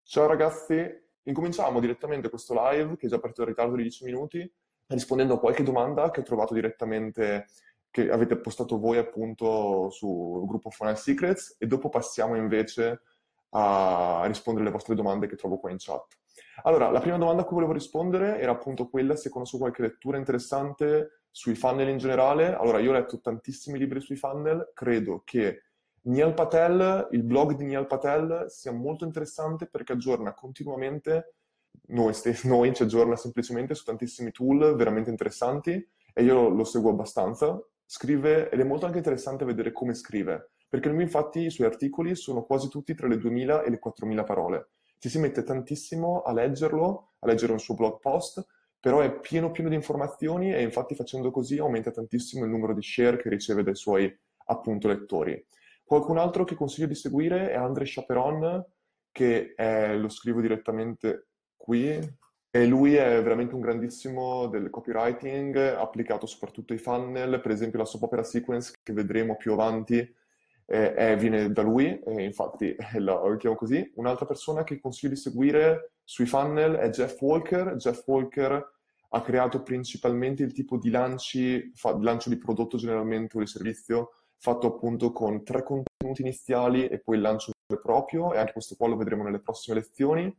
Ciao ragazzi, incominciamo direttamente questo live che è già partito in ritardo di 10 minuti, rispondendo a qualche domanda che ho trovato direttamente, che avete postato voi appunto sul gruppo Funnel Secrets e dopo passiamo invece a rispondere alle vostre domande che trovo qua in chat. Allora, la prima domanda a cui volevo rispondere era appunto quella se conosco qualche lettura interessante sui funnel in generale. Allora, io ho letto tantissimi libri sui funnel, credo che Neil Patel, il blog di Neil Patel sia molto interessante perché aggiorna continuamente noi ci aggiorna semplicemente su tantissimi tool veramente interessanti e io lo seguo abbastanza. Scrive ed è molto anche interessante vedere come scrive, perché lui infatti i suoi articoli sono quasi tutti tra le 2000 e le 4000 parole. Ci si mette tantissimo a leggerlo, a leggere un suo blog post, però è pieno pieno di informazioni e infatti facendo così aumenta tantissimo il numero di share che riceve dai suoi appunto lettori. Qualcun altro che consiglio di seguire è André Chaperon, lo scrivo direttamente qui, e lui è veramente un grandissimo del copywriting, applicato soprattutto ai funnel, per esempio la soap opera sequence che vedremo più avanti viene da lui, e infatti lo chiamo così. Un'altra persona che consiglio di seguire sui funnel è Jeff Walker. Jeff Walker ha creato principalmente il tipo di lancio di prodotto generalmente o di servizio, fatto appunto con 3 contenuti iniziali e poi il lancio vero e proprio, e anche questo qua lo vedremo nelle prossime lezioni.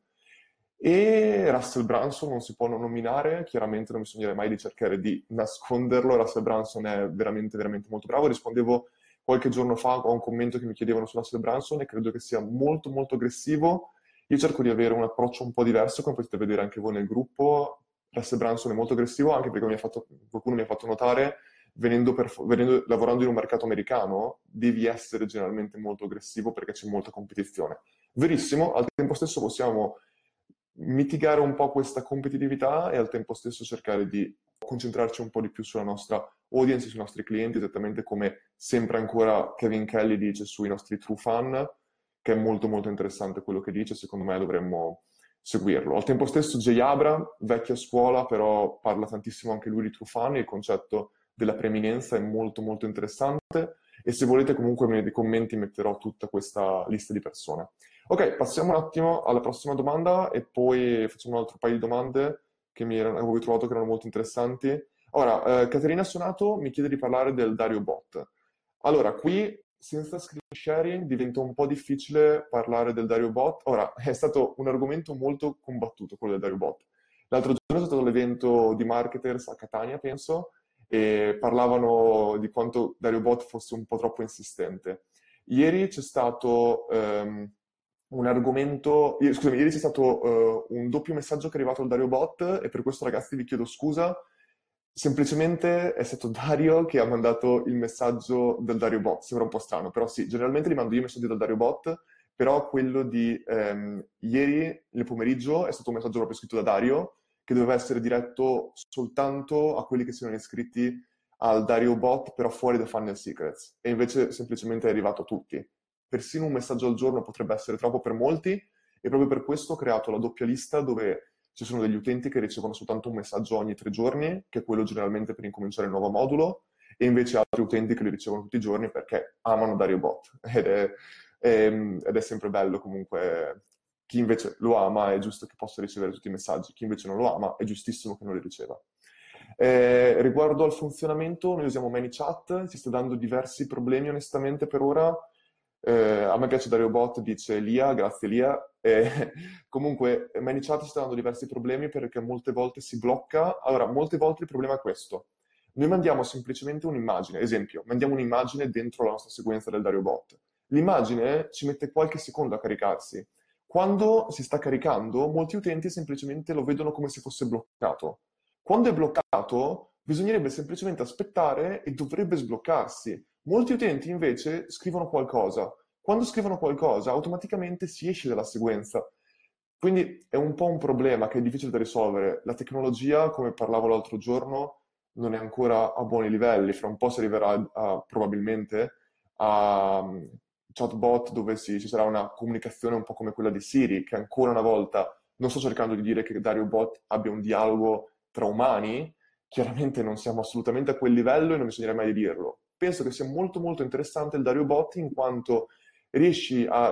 E Russell Brunson non si può non nominare, chiaramente non bisognerebbe mai di cercare di nasconderlo. Russell Brunson è veramente, veramente molto bravo. Rispondevo qualche giorno fa a un commento che mi chiedevano su Russell Brunson e credo che sia molto, molto aggressivo. Io cerco di avere un approccio un po' diverso, come potete vedere anche voi nel gruppo. Russell Brunson è molto aggressivo anche perché qualcuno mi ha fatto notare lavorando in un mercato americano, devi essere generalmente molto aggressivo perché c'è molta competizione. Verissimo, al tempo stesso possiamo mitigare un po' questa competitività e al tempo stesso cercare di concentrarci un po' di più sulla nostra audience, sui nostri clienti, esattamente come sempre ancora Kevin Kelly dice sui nostri true fan, che è molto molto interessante quello che dice, secondo me dovremmo seguirlo. Al tempo stesso Jay Abra, vecchia scuola, però parla tantissimo anche lui di true fan, il concetto della preeminenza è molto molto interessante e se volete comunque nei commenti metterò tutta questa lista di persone. Ok, passiamo un attimo alla prossima domanda e poi facciamo un altro paio di domande che avevo trovato che erano molto interessanti. Ora, Caterina Sonato mi chiede di parlare del Dario Bot. Allora, qui senza screen sharing diventa un po' difficile parlare del Dario Bot. Ora, è stato un argomento molto combattuto quello del Dario Bot. L'altro giorno è stato l'evento di marketers a Catania, penso, e parlavano di quanto Dario Bot fosse un po' troppo insistente. Ieri c'è stato un argomento, scusami, ieri c'è stato un doppio messaggio che è arrivato al Dario Bot e per questo ragazzi vi chiedo scusa, semplicemente è stato Dario che ha mandato il messaggio del Dario Bot, sembra un po' strano, però sì, generalmente li mando io i messaggi dal Dario Bot, però quello di ieri nel pomeriggio è stato un messaggio proprio scritto da Dario che doveva essere diretto soltanto a quelli che si erano iscritti al Dario Bot, però fuori da Funnel Secrets, e invece semplicemente è arrivato a tutti. Persino un messaggio al giorno potrebbe essere troppo per molti, e proprio per questo ho creato la doppia lista dove ci sono degli utenti che ricevono soltanto un messaggio ogni 3 giorni, che è quello generalmente per incominciare il nuovo modulo, e invece altri utenti che li ricevono tutti i giorni perché amano Dario Bot. Ed è sempre bello comunque. Chi invece lo ama è giusto che possa ricevere tutti i messaggi, chi invece non lo ama è giustissimo che non li riceva. Riguardo al funzionamento, noi usiamo ManyChat, ci sta dando diversi problemi onestamente per ora. A me piace Dario Bot, dice Lia, grazie Lia. Comunque ManyChat ci sta dando diversi problemi perché molte volte si blocca. Allora, molte volte il problema è questo. Noi mandiamo semplicemente un'immagine, esempio, mandiamo un'immagine dentro la nostra sequenza del Dario Bot. L'immagine ci mette qualche secondo a caricarsi. Quando si sta caricando, molti utenti semplicemente lo vedono come se fosse bloccato. Quando è bloccato, bisognerebbe semplicemente aspettare e dovrebbe sbloccarsi. Molti utenti invece scrivono qualcosa. Quando scrivono qualcosa, automaticamente si esce dalla sequenza. Quindi è un po' un problema che è difficile da risolvere. La tecnologia, come parlavo l'altro giorno, non è ancora a buoni livelli. Fra un po' si arriverà probabilmente a chatbot dove ci sarà una comunicazione un po' come quella di Siri, che ancora una volta non sto cercando di dire che Dario Bot abbia un dialogo tra umani, chiaramente non siamo assolutamente a quel livello e non bisognerebbe mai dirlo. Penso che sia molto molto interessante il Dario Bot in quanto riesci a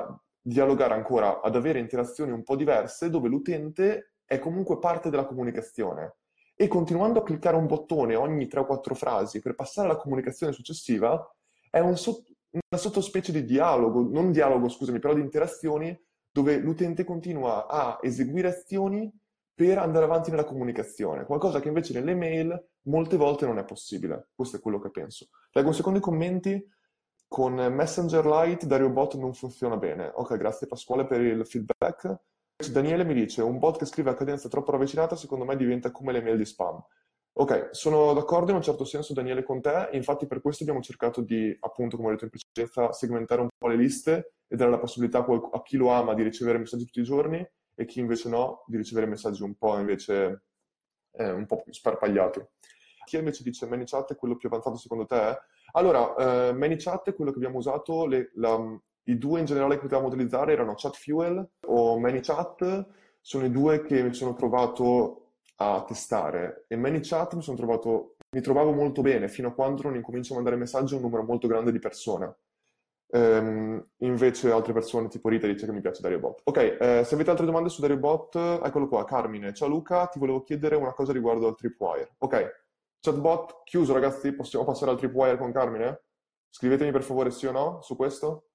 dialogare ancora, ad avere interazioni un po' diverse dove l'utente è comunque parte della comunicazione. E continuando a cliccare un bottone ogni 3 o 4 frasi per passare alla comunicazione successiva, è una sottospecie di dialogo, non dialogo, scusami, però di interazioni dove l'utente continua a eseguire azioni per andare avanti nella comunicazione, qualcosa che invece nelle mail molte volte non è possibile. Questo è quello che penso. Leggo un secondo i commenti. Con Messenger Lite Dario Bot non funziona bene. Ok, grazie Pasquale per il feedback. Daniele mi dice, un bot che scrive a cadenza troppo ravvicinata secondo me diventa come le mail di spam. Ok, sono d'accordo in un certo senso Daniele con te, infatti per questo abbiamo cercato di, appunto come ho detto in precedenza, segmentare un po' le liste e dare la possibilità a chi lo ama di ricevere messaggi tutti i giorni e chi invece no, di ricevere messaggi un po' invece un po' più sparpagliati. Chi invece dice ManyChat è quello più avanzato secondo te? Allora, ManyChat è quello che abbiamo usato, i due in generale che potevamo utilizzare erano ChatFuel o ManyChat, sono i due che mi sono trovato a testare e ManyChat mi trovavo molto bene fino a quando non incomincio a mandare messaggi a un numero molto grande di persone. Invece altre persone tipo Rita dice che mi piace DarioBot. Ok, se avete altre domande su DarioBot, eccolo qua, Carmine. Ciao Luca, ti volevo chiedere una cosa riguardo al Tripwire. Ok, chatbot chiuso ragazzi, possiamo passare al Tripwire con Carmine? Scrivetemi per favore sì o no su questo.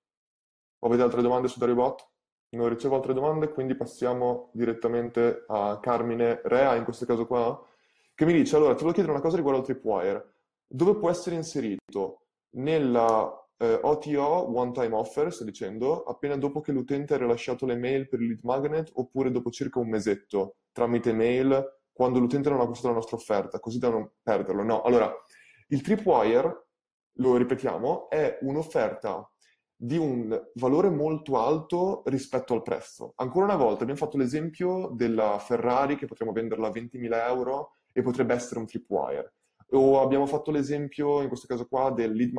O avete altre domande su DarioBot? Non ricevo altre domande, quindi passiamo direttamente a Carmine Rea, in questo caso qua, che mi dice, allora, ti volevo chiedere una cosa riguardo al Tripwire. Dove può essere inserito? Nella OTO, One Time Offer, sto dicendo, appena dopo che l'utente ha rilasciato le mail per il lead magnet, oppure dopo circa un mesetto, tramite mail, quando l'utente non ha acquistato la nostra offerta, così da non perderlo. No, allora, il Tripwire, lo ripetiamo, è un'offerta di un valore molto alto rispetto al prezzo. Ancora una volta abbiamo fatto l'esempio della Ferrari che potremmo venderla a 20.000 euro e potrebbe essere un tripwire. O abbiamo fatto l'esempio, in questo caso qua,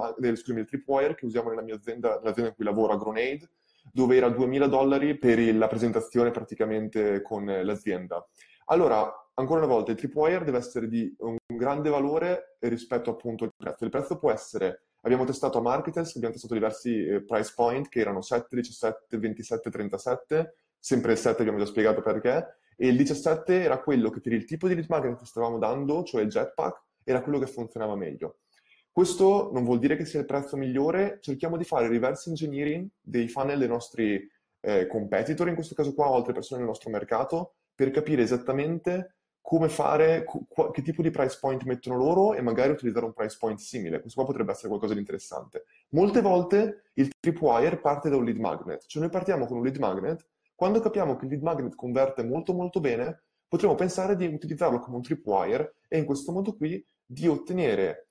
del tripwire che usiamo nella mia azienda, l'azienda in cui lavoro, a Grenade, dove era $2.000 per la presentazione praticamente con l'azienda. Allora, ancora una volta, il tripwire deve essere di un grande valore rispetto appunto al prezzo. Il prezzo può essere, abbiamo testato a Marketers, abbiamo testato diversi price point che erano 7, 17, 27, 37, sempre il 7 abbiamo già spiegato perché, e il 17 era quello che per il tipo di lead magnet che stavamo dando, cioè il Jetpack, era quello che funzionava meglio. Questo non vuol dire che sia il prezzo migliore, cerchiamo di fare reverse engineering dei funnel dei nostri competitor, in questo caso qua, o altre persone nel nostro mercato, per capire esattamente come fare, che tipo di price point mettono loro e magari utilizzare un price point simile. Questo qua potrebbe essere qualcosa di interessante. Molte volte il tripwire parte da un lead magnet, cioè noi partiamo con un lead magnet, quando capiamo che il lead magnet converte molto molto bene, potremo pensare di utilizzarlo come un tripwire e in questo modo qui di ottenere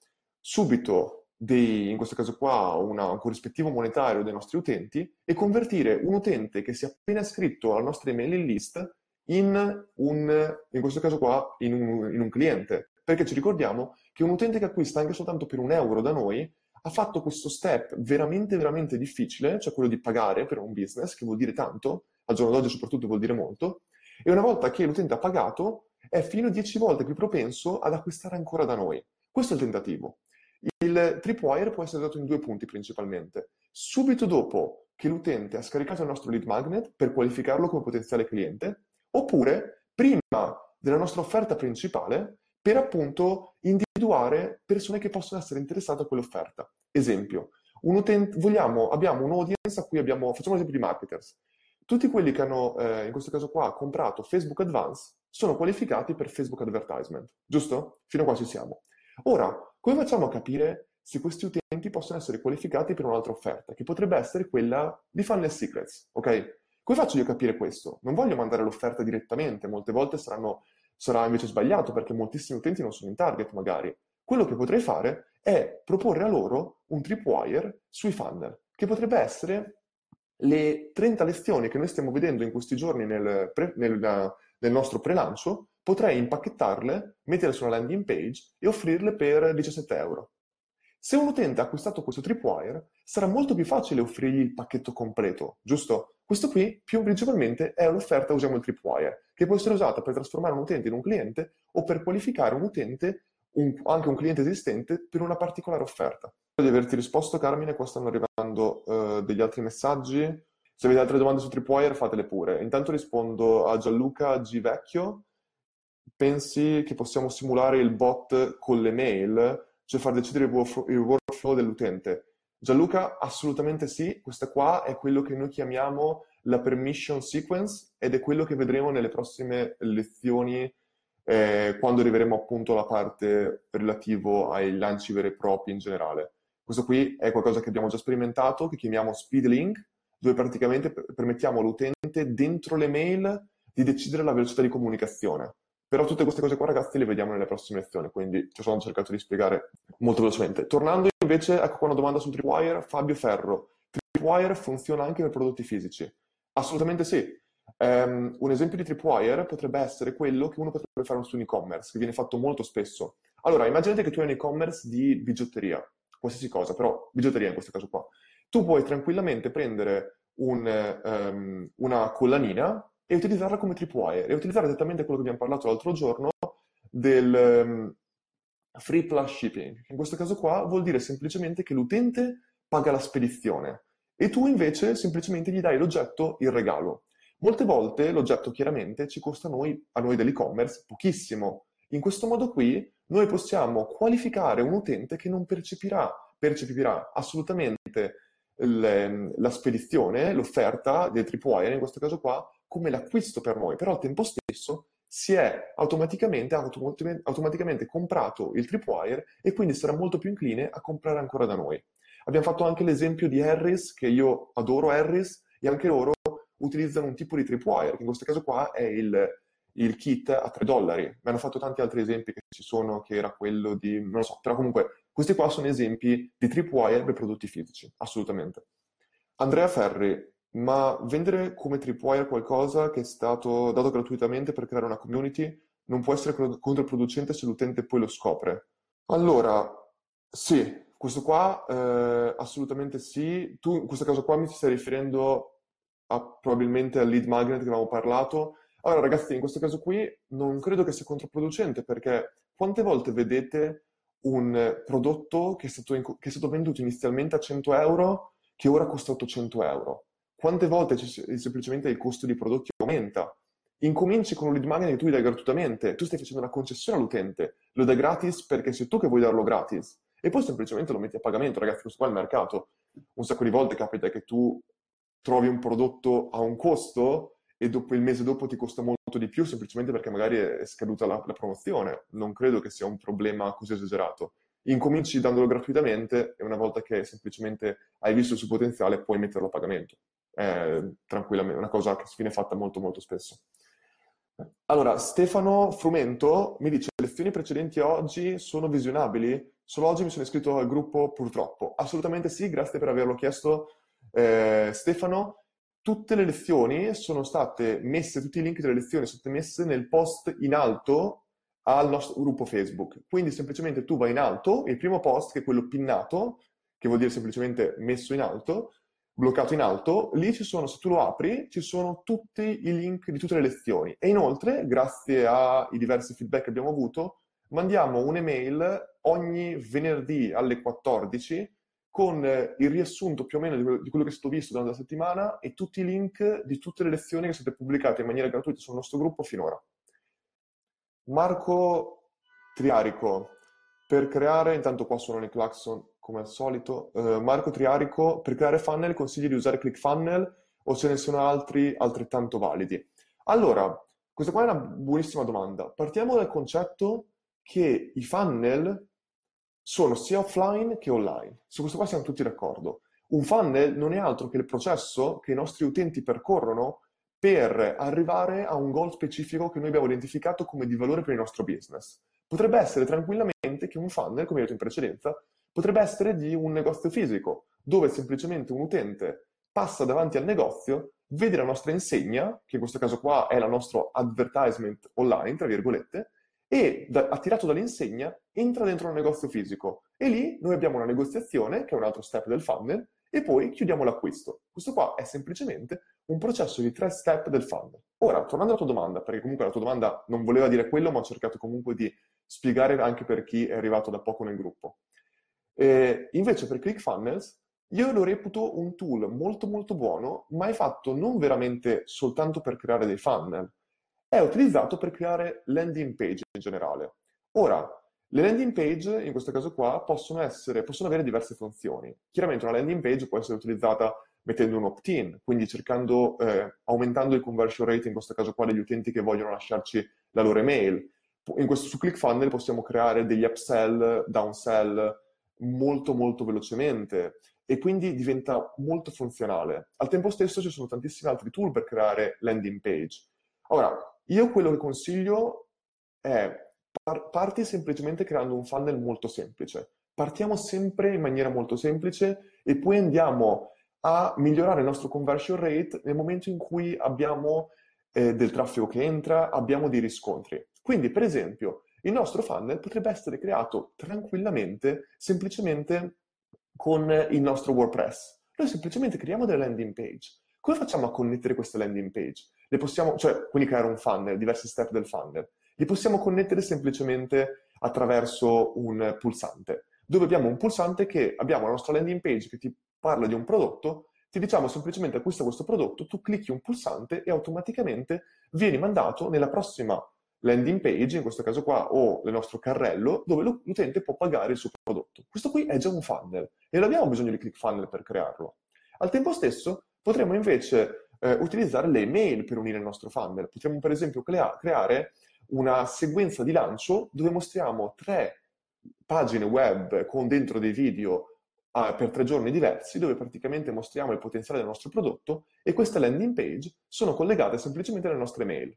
subito in questo caso qua, un corrispettivo monetario dei nostri utenti e convertire un utente che si è appena iscritto alla nostra email list in questo caso qua, in un cliente. Perché ci ricordiamo che un utente che acquista anche soltanto per €1 da noi ha fatto questo step veramente, veramente difficile, cioè quello di pagare per un business, che vuol dire tanto, al giorno d'oggi soprattutto vuol dire molto, e una volta che l'utente ha pagato, è fino a 10 volte più propenso ad acquistare ancora da noi. Questo è il tentativo. Il tripwire può essere usato in due punti principalmente. Subito dopo che l'utente ha scaricato il nostro lead magnet per qualificarlo come potenziale cliente, oppure prima della nostra offerta principale per appunto individuare persone che possono essere interessate a quell'offerta. Esempio, abbiamo un'audience a cui facciamo un esempio di marketers. Tutti quelli che hanno, in questo caso qua, comprato Facebook Advance sono qualificati per Facebook Advertisement, giusto? Fino a qua ci siamo. Ora, come facciamo a capire se questi utenti possono essere qualificati per un'altra offerta, che potrebbe essere quella di Funnel Secrets, ok? Come faccio io a capire questo? Non voglio mandare l'offerta direttamente, molte volte sarà invece sbagliato perché moltissimi utenti non sono in target magari. Quello che potrei fare è proporre a loro un tripwire sui funnel, che potrebbe essere le 30 lezioni che noi stiamo vedendo in questi giorni nel nostro pre-lancio, potrei impacchettarle, metterle su una landing page e offrirle per 17 euro. Se un utente ha acquistato questo tripwire, sarà molto più facile offrirgli il pacchetto completo, giusto? Questo qui, più principalmente, è un'offerta usiamo il tripwire, che può essere usata per trasformare un utente in un cliente o per qualificare un utente, anche un cliente esistente, per una particolare offerta. Spero di averti risposto, Carmine, qua stanno arrivando degli altri messaggi. Se avete altre domande su Tripwire, fatele pure. Intanto rispondo a Gianluca G. Vecchio. Pensi che possiamo simulare il bot con le mail, cioè far decidere il workflow dell'utente? Gianluca, assolutamente sì. Questa qua è quello che noi chiamiamo la permission sequence ed è quello che vedremo nelle prossime lezioni quando arriveremo appunto alla parte relativo ai lanci veri e propri in generale. Questo qui è qualcosa che abbiamo già sperimentato, che chiamiamo speed link, dove praticamente permettiamo all'utente dentro le mail di decidere la velocità di comunicazione. Però tutte queste cose qua, ragazzi, le vediamo nelle prossime lezioni, quindi ci sono cercato di spiegare molto velocemente. Tornando invece, ecco qua una domanda su Tripwire, Fabio Ferro. Tripwire funziona anche per prodotti fisici? Assolutamente sì. Un esempio di Tripwire potrebbe essere quello che uno potrebbe fare su un e-commerce, che viene fatto molto spesso. Allora, immaginate che tu hai un e-commerce di bigiotteria, qualsiasi cosa, però bigiotteria in questo caso qua. Tu puoi tranquillamente prendere una collanina e utilizzarla come tripwire e utilizzare esattamente quello che abbiamo parlato l'altro giorno del free plus shipping. In questo caso qua vuol dire semplicemente che l'utente paga la spedizione e tu invece semplicemente gli dai l'oggetto in regalo. Molte volte l'oggetto chiaramente ci costa a noi dell'e-commerce pochissimo. In questo modo qui noi possiamo qualificare un utente che non percepirà assolutamente la spedizione, l'offerta del tripwire in questo caso qua come l'acquisto per noi, però al tempo stesso si è automaticamente comprato il tripwire e quindi sarà molto più incline a comprare ancora da noi. Abbiamo fatto anche l'esempio di Harris, che io adoro Harris, e anche loro utilizzano un tipo di tripwire, che in questo caso qua è il kit a $3. Mi hanno fatto tanti altri esempi che ci sono, che era quello di, non lo so, però comunque questi qua sono esempi di tripwire per prodotti fisici, assolutamente. Andrea Ferri, ma vendere come tripwire qualcosa che è stato dato gratuitamente per creare una community non può essere controproducente se l'utente poi lo scopre? Allora, sì, questo qua assolutamente sì. Tu in questo caso qua mi ti stai riferendo probabilmente al lead magnet che avevamo parlato. Allora, ragazzi, in questo caso qui non credo che sia controproducente perché quante volte vedete un prodotto che è stato venduto inizialmente a 100 euro che ora costa 800 euro? Quante volte semplicemente il costo dei prodotti aumenta? Incominci con un lead magnet che tu gli dai gratuitamente, tu stai facendo una concessione all'utente, lo dai gratis perché sei tu che vuoi darlo gratis e poi semplicemente lo metti a pagamento, ragazzi, questo qua è il mercato. Un sacco di volte capita che tu trovi un prodotto a un costo e dopo il mese dopo ti costa molto di più semplicemente perché magari è scaduta la promozione. Non credo che sia un problema così esagerato. Incominci dandolo gratuitamente e una volta che semplicemente hai visto il suo potenziale puoi metterlo a pagamento. Tranquillamente, una cosa che viene fatta molto molto spesso. Allora, Stefano Frumento mi dice: le lezioni precedenti a oggi sono visionabili? Solo oggi mi sono iscritto al gruppo, purtroppo. Assolutamente sì, grazie per averlo chiesto, Stefano. Tutte le lezioni sono state messe, tutti i link delle lezioni sono state messe nel post in alto al nostro gruppo Facebook. Quindi semplicemente tu vai in alto, il primo post, che è quello pinnato, che vuol dire semplicemente messo in alto, bloccato in alto, lì ci sono, se tu lo apri, ci sono tutti i link di tutte le lezioni. E inoltre, grazie ai diversi feedback che abbiamo avuto, mandiamo un'email ogni venerdì alle 14 con il riassunto più o meno di quello che è stato visto durante la settimana e tutti i link di tutte le lezioni che sono state pubblicate in maniera gratuita sul nostro gruppo finora. Marco Triarico, per creare, intanto qua suonano i clacson come al solito, Marco Triarico, per creare funnel consigli di usare ClickFunnels o ce ne sono altri altrettanto validi? Allora, questa qua è una buonissima domanda. Partiamo dal concetto che i funnel sono sia offline che online. Su questo qua siamo tutti d'accordo. Un funnel non è altro che il processo che i nostri utenti percorrono per arrivare a un goal specifico che noi abbiamo identificato come di valore per il nostro business. Potrebbe essere tranquillamente che un funnel, come ho detto in precedenza, potrebbe essere di un negozio fisico, dove semplicemente un utente passa davanti al negozio, vede la nostra insegna, che in questo caso qua è la nostra advertisement online, tra virgolette, e attirato dall'insegna entra dentro un negozio fisico e lì noi abbiamo una negoziazione, che è un altro step del funnel, e poi chiudiamo l'acquisto. Questo qua è semplicemente un processo di 3 step del funnel. Ora, tornando alla tua domanda, perché comunque la tua domanda non voleva dire quello, ma ho cercato comunque di spiegare anche per chi è arrivato da poco nel gruppo. Invece per ClickFunnels Io lo reputo un tool molto molto buono, ma è fatto non veramente soltanto per creare dei funnel, è utilizzato per creare landing page in generale. Ora, le landing page, in questo caso qua, possono avere diverse funzioni. Chiaramente una landing page può essere utilizzata mettendo un opt-in, quindi aumentando il conversion rate, in questo caso qua, degli utenti che vogliono lasciarci la loro email. Su ClickFunnels possiamo creare degli upsell, downsell molto molto velocemente e quindi diventa molto funzionale. Al tempo stesso ci sono tantissimi altri tool per creare landing page. Ora, io quello che consiglio è parti semplicemente creando un funnel molto semplice. Partiamo sempre in maniera molto semplice e poi andiamo a migliorare il nostro conversion rate nel momento in cui abbiamo del traffico che entra, abbiamo dei riscontri. Quindi, per esempio, il nostro funnel potrebbe essere creato tranquillamente, semplicemente con il nostro WordPress. Noi semplicemente creiamo delle landing page. Come facciamo a connettere queste landing page? Le possiamo, cioè, quindi creare un funnel, diversi step del funnel. Li possiamo connettere semplicemente attraverso un pulsante, dove abbiamo un pulsante che abbiamo la nostra landing page che ti parla di un prodotto, ti diciamo semplicemente acquista questo prodotto, tu clicchi un pulsante e automaticamente vieni mandato nella prossima landing page, in questo caso qua, o nel nostro carrello, dove l'utente può pagare il suo prodotto. Questo qui è già un funnel e non abbiamo bisogno di ClickFunnels per crearlo. Al tempo stesso, potremmo invece utilizzare le email per unire il nostro funnel. Potremmo per esempio creare una sequenza di lancio dove mostriamo 3 pagine web con dentro dei video per 3 giorni diversi, dove praticamente mostriamo il potenziale del nostro prodotto e queste landing page sono collegate semplicemente alle nostre mail.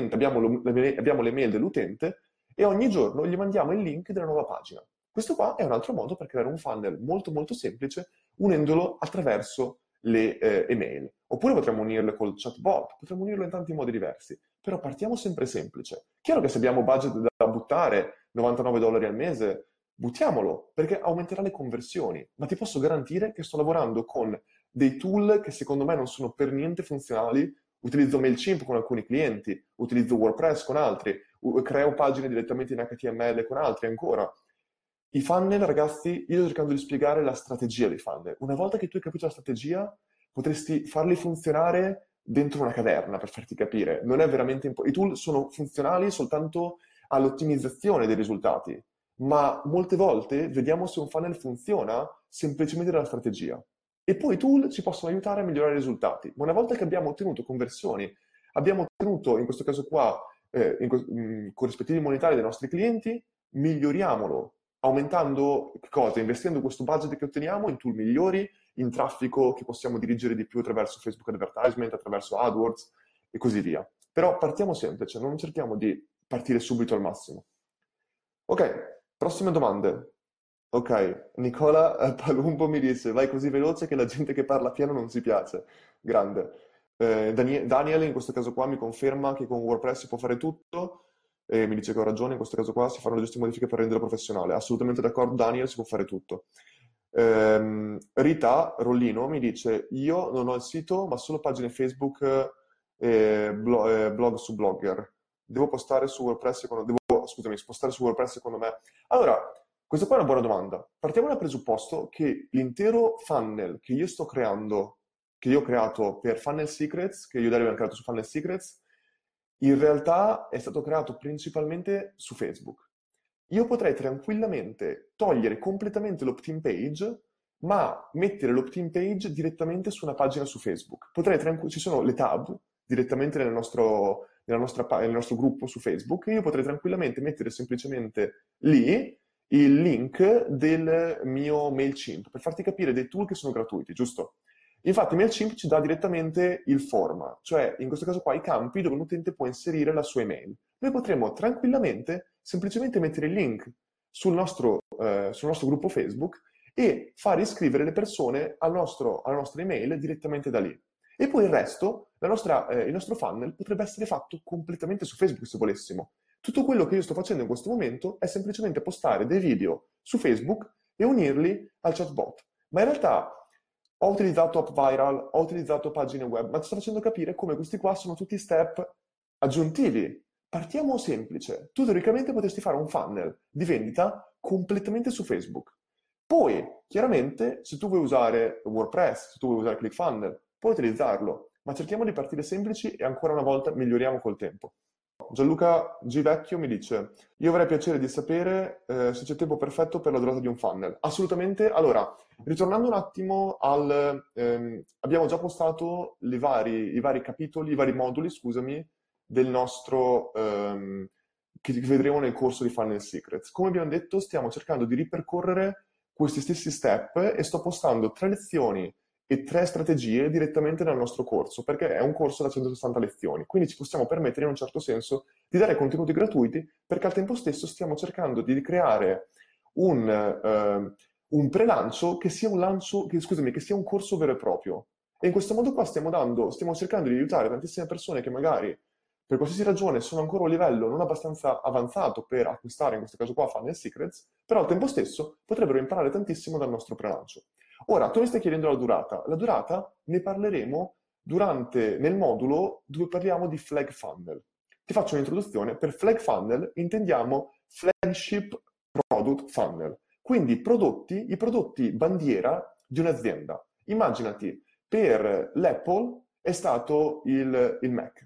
Abbiamo le mail dell'utente e ogni giorno gli mandiamo il link della nuova pagina. Questo qua è un altro modo per creare un funnel molto molto semplice unendolo attraverso le email. Oppure potremmo unirle col chatbot, potremmo unirlo in tanti modi diversi, però partiamo sempre semplice. Chiaro che se abbiamo budget da buttare, $99 al mese, buttiamolo, perché aumenterà le conversioni, ma ti posso garantire che sto lavorando con dei tool che secondo me non sono per niente funzionali. Utilizzo MailChimp con alcuni clienti, utilizzo WordPress con altri, creo pagine direttamente in HTML con altri ancora. I funnel, ragazzi, io sto cercando di spiegare la strategia dei funnel. Una volta che tu hai capito la strategia, potresti farli funzionare dentro una caverna, per farti capire. Non è veramente I tool sono funzionali soltanto all'ottimizzazione dei risultati, ma molte volte vediamo se un funnel funziona semplicemente dalla strategia. E poi i tool ci possono aiutare a migliorare i risultati. Ma una volta che abbiamo ottenuto conversioni, abbiamo ottenuto, in questo caso qua, corrispettivi monetari dei nostri clienti, miglioriamolo aumentando cosa? Investendo questo budget che otteniamo in tool migliori, in traffico che possiamo dirigere di più attraverso Facebook Advertisement, attraverso AdWords e così via. Però partiamo semplice, non cerchiamo di partire subito al massimo. Ok, prossime domande. Ok, Nicola Palumbo mi dice, vai così veloce che la gente che parla piano non si piace. Grande. Daniel in questo caso qua mi conferma che con WordPress si può fare tutto e mi dice che ho ragione, in questo caso qua si fanno le giuste modifiche per renderlo professionale. Assolutamente d'accordo, Daniel, si può fare tutto. Rita Rollino mi dice, io non ho il sito, ma solo pagine Facebook e blog su Blogger. Devo postare su WordPress spostare su WordPress secondo me. Allora, questa qua è una buona domanda. Partiamo dal presupposto che l'intero funnel che io sto creando, che io ho creato per Funnel Secrets, che io Dario abbiamo creato su Funnel Secrets, in realtà è stato creato principalmente su Facebook. Io potrei tranquillamente togliere completamente l'opt-in page, ma mettere l'opt-in page direttamente su una pagina su Facebook. Ci sono le tab direttamente nel nostro gruppo su Facebook e io potrei tranquillamente mettere semplicemente lì il link del mio MailChimp per farti capire dei tool che sono gratuiti, giusto? Infatti MailChimp ci dà direttamente il form, cioè in questo caso qua i campi dove l'utente può inserire la sua email. Noi potremmo tranquillamente semplicemente mettere il link sul nostro gruppo Facebook e far iscrivere le persone alla nostra email direttamente da lì. E poi il resto, il nostro funnel potrebbe essere fatto completamente su Facebook se volessimo. Tutto quello che io sto facendo in questo momento è semplicemente postare dei video su Facebook e unirli al chatbot. Ma in realtà ho utilizzato app viral, ho utilizzato pagine web, ma ti sto facendo capire come questi qua sono tutti step aggiuntivi. Partiamo semplice. Tu teoricamente potresti fare un funnel di vendita completamente su Facebook. Poi, chiaramente, se tu vuoi usare WordPress, se tu vuoi usare ClickFunnels, puoi utilizzarlo, ma cerchiamo di partire semplici e ancora una volta miglioriamo col tempo. Gianluca G. Vecchio mi dice: io avrei piacere di sapere se c'è tempo perfetto per la durata di un funnel. Assolutamente. Allora, ritornando un attimo abbiamo già postato i vari capitoli, i vari moduli, scusami, del nostro, che vedremo nel corso di Funnel Secrets. Come abbiamo detto, stiamo cercando di ripercorrere questi stessi step e sto postando 3 lezioni e 3 strategie direttamente nel nostro corso, perché è un corso da 160 lezioni, quindi ci possiamo permettere in un certo senso di dare contenuti gratuiti, perché al tempo stesso stiamo cercando di creare un pre-lancio che sia un lancio, scusami, che sia un corso vero e proprio. E in questo modo qua stiamo cercando di aiutare tantissime persone che magari per qualsiasi ragione sono ancora a un livello non abbastanza avanzato per acquistare, in questo caso qua, Funnel Secrets, però al tempo stesso potrebbero imparare tantissimo dal nostro pre-lancio. Ora, tu mi stai chiedendo la durata. La durata ne parleremo nel modulo dove parliamo di Flag Funnel. Ti faccio un'introduzione. Per Flag Funnel intendiamo Flagship Product Funnel, quindi i prodotti bandiera di un'azienda. Immaginati, per l'Apple è stato il Mac,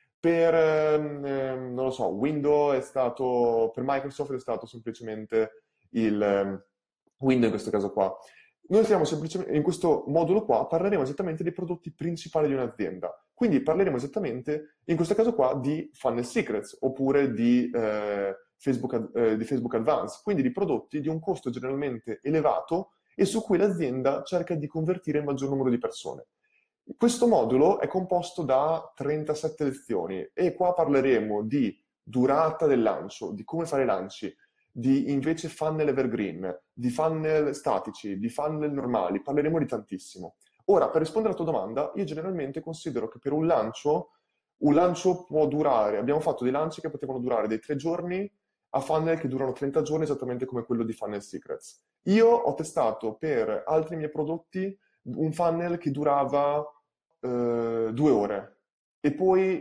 non lo so, Windows per Microsoft è stato semplicemente Windows in questo caso qua. Noi stiamo semplicemente, in questo modulo qua, parleremo esattamente dei prodotti principali di un'azienda. Quindi parleremo esattamente, in questo caso qua, di Funnel Secrets, oppure di Facebook Advance, quindi di prodotti di un costo generalmente elevato e su cui l'azienda cerca di convertire il maggior numero di persone. Questo modulo è composto da 37 lezioni e qua parleremo di durata del lancio, di come fare i lanci, di invece funnel evergreen, di funnel statici, di funnel normali, parleremo di tantissimo. Ora, per rispondere alla tua domanda, io generalmente considero che per un lancio può durare, abbiamo fatto dei lanci che potevano durare dai 3 giorni a funnel che durano 30 giorni, esattamente come quello di Funnel Secrets. Io ho testato per altri miei prodotti un funnel che durava 2 ore e poi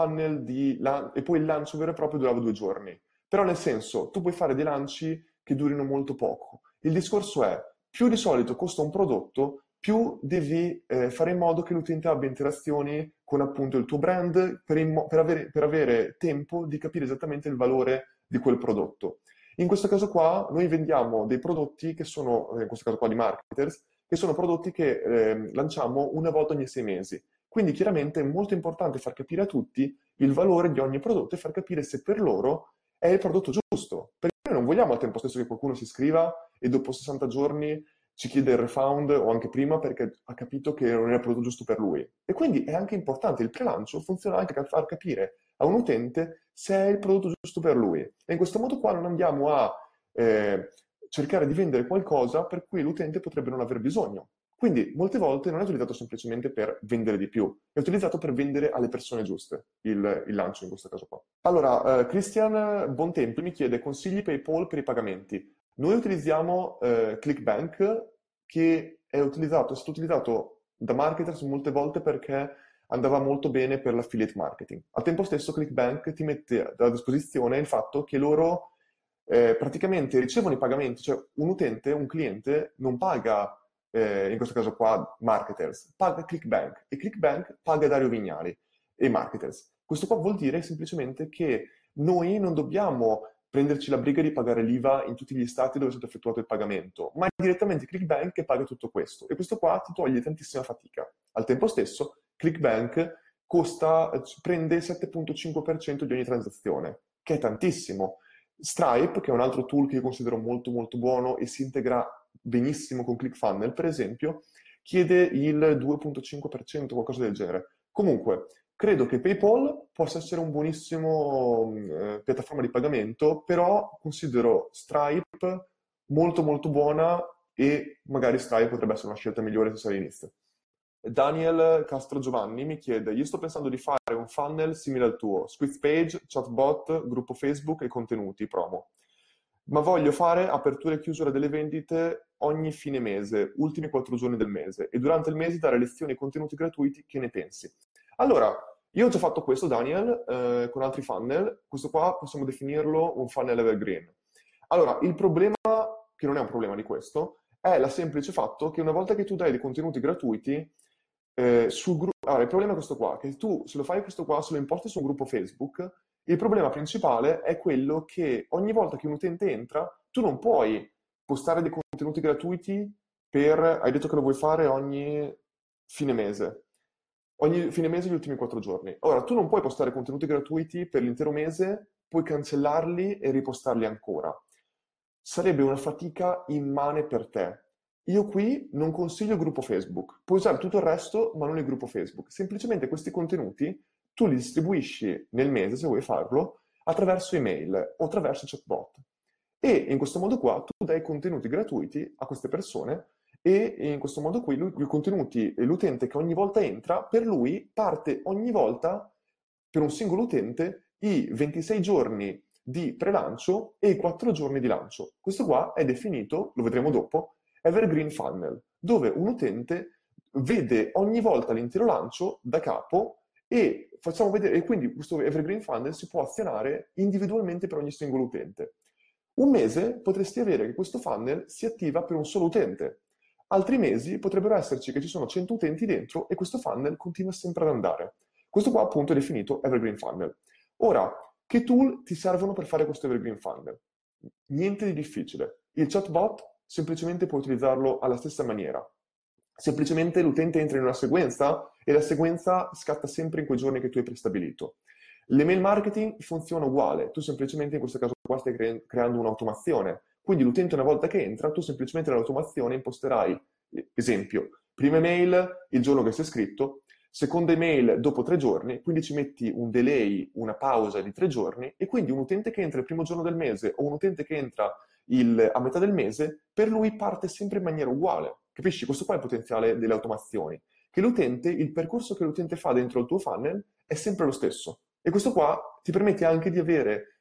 e poi il lancio vero e proprio durava 2 giorni. Però nel senso, tu puoi fare dei lanci che durino molto poco. Il discorso è, più di solito costa un prodotto, più devi fare in modo che l'utente abbia interazioni con appunto il tuo brand per avere tempo di capire esattamente il valore di quel prodotto. In questo caso qua noi vendiamo dei prodotti che sono, in questo caso qua di marketers, che sono prodotti che lanciamo una volta ogni 6 mesi. Quindi chiaramente è molto importante far capire a tutti il valore di ogni prodotto e far capire se per loro è il prodotto giusto. Perché noi non vogliamo al tempo stesso che qualcuno si iscriva e dopo 60 giorni ci chiede il refund o anche prima perché ha capito che non era il prodotto giusto per lui. E quindi è anche importante, il pre-lancio funziona anche per far capire a un utente se è il prodotto giusto per lui. E in questo modo qua non andiamo a cercare di vendere qualcosa per cui l'utente potrebbe non aver bisogno. Quindi molte volte non è utilizzato semplicemente per vendere di più, è utilizzato per vendere alle persone giuste, il lancio in questo caso qua. Allora, Christian Bontempi mi chiede consigli PayPal per i pagamenti. Noi utilizziamo ClickBank, che è stato utilizzato da marketers molte volte perché andava molto bene per l'affiliate marketing. Al tempo stesso ClickBank ti mette a disposizione il fatto che loro praticamente ricevono i pagamenti, cioè un cliente non paga, in questo caso qua, marketers, paga ClickBank e ClickBank paga Dario Vignali e marketers. Questo qua vuol dire semplicemente che noi non dobbiamo prenderci la briga di pagare l'IVA in tutti gli stati dove è stato effettuato il pagamento, ma è direttamente ClickBank che paga tutto questo. E questo qua ti toglie tantissima fatica. Al tempo stesso, ClickBank prende il 7,5% di ogni transazione, che è tantissimo. Stripe, che è un altro tool che io considero molto molto buono e si integra benissimo con ClickFunnels, per esempio, chiede il 2,5%, qualcosa del genere. Comunque, credo che PayPal possa essere un buonissimo piattaforma di pagamento, però considero Stripe molto molto buona e magari Stripe potrebbe essere una scelta migliore se sei all'inizio. Daniel Castro Giovanni mi chiede: io sto pensando di fare un funnel simile al tuo, squeeze page, chatbot, gruppo Facebook e contenuti, promo. Ma voglio fare apertura e chiusura delle vendite ogni fine mese, ultimi 4 giorni del mese, e durante il mese dare lezioni e contenuti gratuiti. Che ne pensi? Allora, io ho già fatto questo, Daniel, con altri funnel. Questo qua possiamo definirlo un funnel evergreen. Allora, il problema, che non è un problema di questo, è il semplice fatto che una volta che tu dai dei contenuti gratuiti, sul gruppo... Allora, il problema è questo qua, che tu se lo fai questo qua, se lo imposti su un gruppo Facebook, il problema principale è quello che ogni volta che un utente entra, tu non puoi postare dei contenuti gratuiti per... Hai detto che lo vuoi fare ogni fine mese. Ogni fine mese gli ultimi 4 giorni. Ora, tu non puoi postare contenuti gratuiti per l'intero mese, puoi cancellarli e ripostarli ancora. Sarebbe una fatica immane per te. Io qui non consiglio il gruppo Facebook. Puoi usare tutto il resto, ma non il gruppo Facebook. Semplicemente questi contenuti tu li distribuisci nel mese, se vuoi farlo, attraverso email o attraverso chatbot. E in questo modo qua tu dai contenuti gratuiti a queste persone e in questo modo qui i contenuti, l'utente che ogni volta entra, per lui parte ogni volta, per un singolo utente, i 26 giorni di pre-lancio e i 4 giorni di lancio. Questo qua è definito, lo vedremo dopo, Evergreen Funnel, dove un utente vede ogni volta l'intero lancio da capo e facciamo vedere, e quindi questo Evergreen Funnel si può azionare individualmente per ogni singolo utente. Un mese potresti avere che questo funnel si attiva per un solo utente. Altri mesi potrebbero esserci che ci sono 100 utenti dentro e questo funnel continua sempre ad andare. Questo qua appunto è definito Evergreen Funnel. Ora, che tool ti servono per fare questo Evergreen Funnel? Niente di difficile. Il chatbot semplicemente puoi utilizzarlo alla stessa maniera. Semplicemente l'utente entra in una sequenza e la sequenza scatta sempre in quei giorni che tu hai prestabilito. L'email marketing funziona uguale, tu semplicemente in questo caso qua stai creando un'automazione, quindi l'utente una volta che entra, tu semplicemente nell'automazione imposterai, esempio, prima email il giorno che si è iscritto, seconda email dopo 3 giorni, quindi ci metti un delay, una pausa di 3 giorni e quindi un utente che entra il primo giorno del mese o un utente che entra a metà del mese, per lui parte sempre in maniera uguale. Capisci? Questo qua è il potenziale delle automazioni, che l'utente, il percorso che l'utente fa dentro il tuo funnel è sempre lo stesso. E questo qua ti permette anche di avere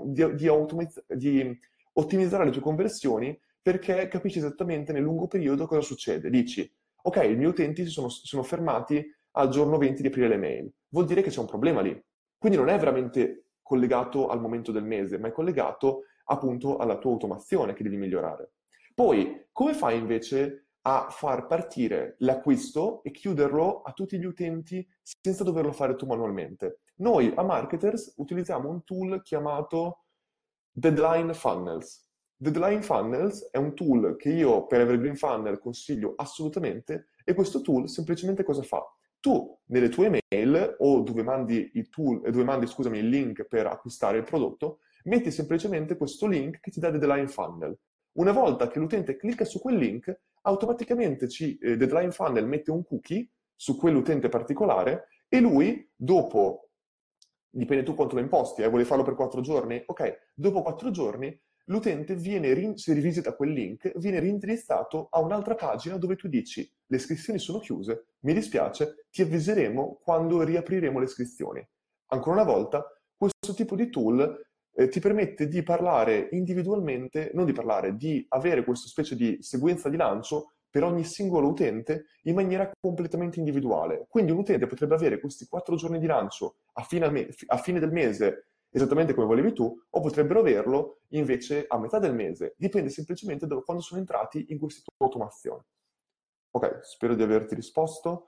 di ottimizzare le tue conversioni perché capisci esattamente nel lungo periodo cosa succede. Dici, ok, i miei utenti si sono fermati al giorno 20 di aprire le mail. Vuol dire che c'è un problema lì. Quindi non è veramente collegato al momento del mese, ma è collegato appunto alla tua automazione che devi migliorare. Poi, come fai invece a far partire l'acquisto e chiuderlo a tutti gli utenti senza doverlo fare tu manualmente? Noi a Marketers utilizziamo un tool chiamato Deadline Funnels. Deadline Funnels è un tool che io per Evergreen Funnel consiglio assolutamente e questo tool semplicemente cosa fa? Tu nelle tue email o dove mandi scusami, il link per acquistare il prodotto, metti semplicemente questo link che ti dà Deadline Funnel. Una volta che l'utente clicca su quel link, automaticamente Deadline Funnel mette un cookie su quell'utente particolare e lui dopo, dipende tu quanto lo imposti, vuoi farlo per 4 giorni? Ok, dopo 4 giorni l'utente se rivisita quel link, viene reindirizzato a un'altra pagina dove tu dici le iscrizioni sono chiuse, mi dispiace, ti avviseremo quando riapriremo le iscrizioni. Ancora una volta, questo tipo di tool ti permette di parlare individualmente, non di parlare, di avere questa specie di sequenza di lancio per ogni singolo utente in maniera completamente individuale. Quindi un utente potrebbe avere questi 4 giorni di lancio a fine del mese, esattamente come volevi tu, o potrebbero averlo invece a metà del mese. Dipende semplicemente da quando sono entrati in questa tua automazione. Ok, spero di averti risposto.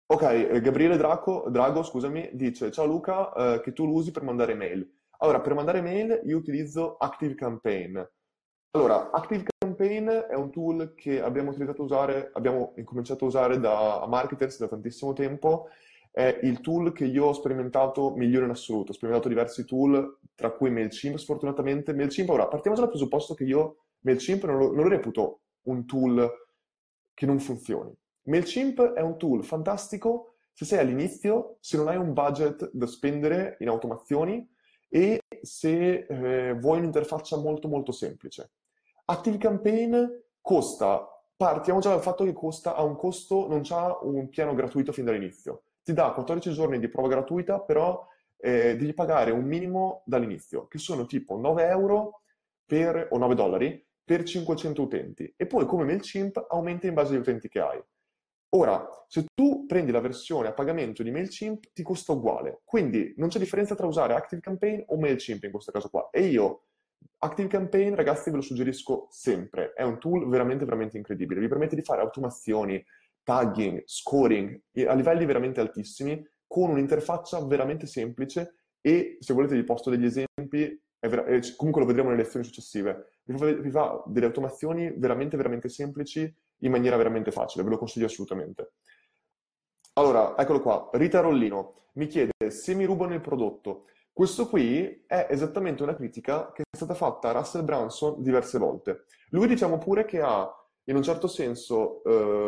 Ok, Gabriele Drago, scusami, dice: Ciao Luca, che tu lo usi per mandare mail. Allora, per mandare mail io utilizzo ActiveCampaign. Allora, ActiveCampaign è un tool che abbiamo utilizzato a usare, abbiamo incominciato a usare da marketers da tantissimo tempo. È il tool che io ho sperimentato migliore in assoluto. Ho sperimentato diversi tool, tra cui MailChimp, sfortunatamente. MailChimp, ora, partiamo dal presupposto che io MailChimp non lo reputo un tool che non funzioni. MailChimp è un tool fantastico se sei all'inizio, se non hai un budget da spendere in automazioni e se vuoi un'interfaccia molto molto semplice. ActiveCampaign costa, partiamo già dal fatto che costa, ha un costo, non c'ha un piano gratuito fin dall'inizio. Ti dà 14 giorni di prova gratuita, però devi pagare un minimo dall'inizio, che sono tipo 9 euro o 9 dollari per 500 utenti. E poi come MailChimp aumenta in base agli utenti che hai. Ora, se tu prendi la versione a pagamento di MailChimp, ti costa uguale. Quindi non c'è differenza tra usare ActiveCampaign o MailChimp in questo caso qua. E io, ActiveCampaign, ragazzi, ve lo suggerisco sempre. È un tool veramente, veramente incredibile. Vi permette di fare automazioni, tagging, scoring a livelli veramente altissimi, con un'interfaccia veramente semplice e, se volete, vi posto degli esempi, comunque lo vedremo nelle lezioni successive. Vi fa delle automazioni veramente, veramente semplici in maniera veramente facile, ve lo consiglio assolutamente. Allora, eccolo qua, Rita Rollino mi chiede se mi rubano il prodotto. Questo qui è esattamente una critica che è stata fatta a Russell Brunson diverse volte. Lui diciamo pure che ha, in un certo senso,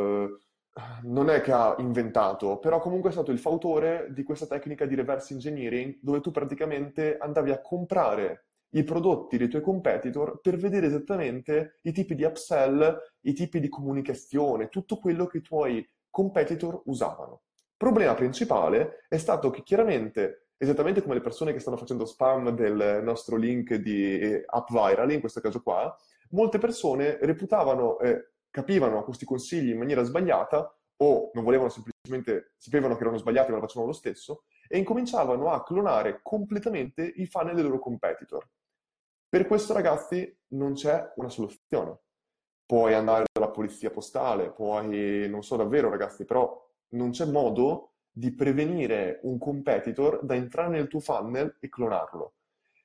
non è che ha inventato, però comunque è stato il fautore di questa tecnica di reverse engineering, dove tu praticamente andavi a comprare i prodotti dei tuoi competitor per vedere esattamente i tipi di upsell, i tipi di comunicazione, tutto quello che i tuoi competitor usavano. Il problema principale è stato che chiaramente, esattamente come le persone che stanno facendo spam del nostro link di AppViral, in questo caso qua, molte persone reputavano, capivano questi consigli in maniera sbagliata o non volevano semplicemente, sapevano che erano sbagliati ma lo facevano lo stesso e incominciavano a clonare completamente i funnel dei loro competitor. Per questo, ragazzi, non c'è una soluzione. Puoi andare dalla polizia postale, puoi, non so davvero, ragazzi, però non c'è modo di prevenire un competitor da entrare nel tuo funnel e clonarlo.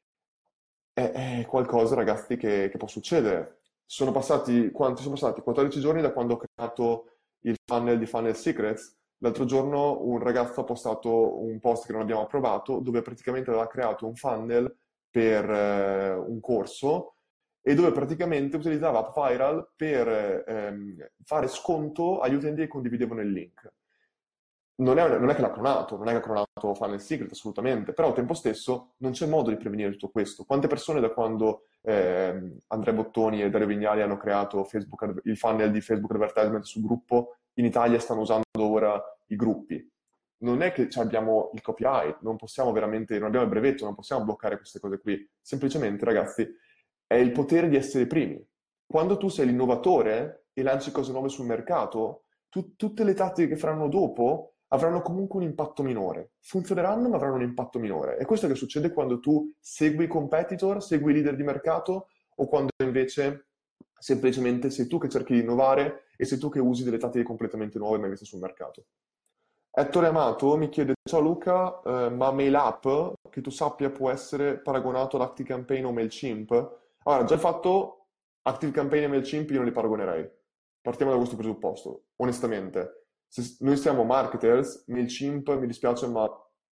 È qualcosa, ragazzi, che può succedere. Sono passati, quanti sono passati? 14 giorni da quando ho creato il funnel di Funnel Secrets. L'altro giorno un ragazzo ha postato un post che non abbiamo approvato, dove praticamente aveva creato un funnel per un corso e dove praticamente utilizzava AppViral per fare sconto agli utenti che condividevano il link. Non è che l'ha clonato, non è che ha clonato Funnel Secret, assolutamente, però al tempo stesso non c'è modo di prevenire tutto questo. Quante persone da quando Andrea Bottoni e Dario Vignali hanno creato il funnel di Facebook Advertisement sul gruppo, in Italia stanno usando ora i gruppi? Non è che abbiamo il copyright, non possiamo veramente, non abbiamo il brevetto, non possiamo bloccare queste cose qui. Semplicemente, ragazzi, è il potere di essere i primi. Quando tu sei l'innovatore e lanci cose nuove sul mercato, tutte le tattiche che faranno dopo avranno comunque un impatto minore. Funzioneranno, ma avranno un impatto minore. E questo che succede quando tu segui i competitor, segui i leader di mercato, o quando invece semplicemente sei tu che cerchi di innovare e sei tu che usi delle tattiche completamente nuove mai viste sul mercato. Ettore Amato mi chiede: Ciao Luca, ma MailUp, che tu sappia, può essere paragonato ad ActiveCampaign o MailChimp? Allora, già il fatto ActiveCampaign e MailChimp io non li paragonerei. Partiamo da questo presupposto, onestamente. Se noi siamo marketers, MailChimp, mi dispiace, ma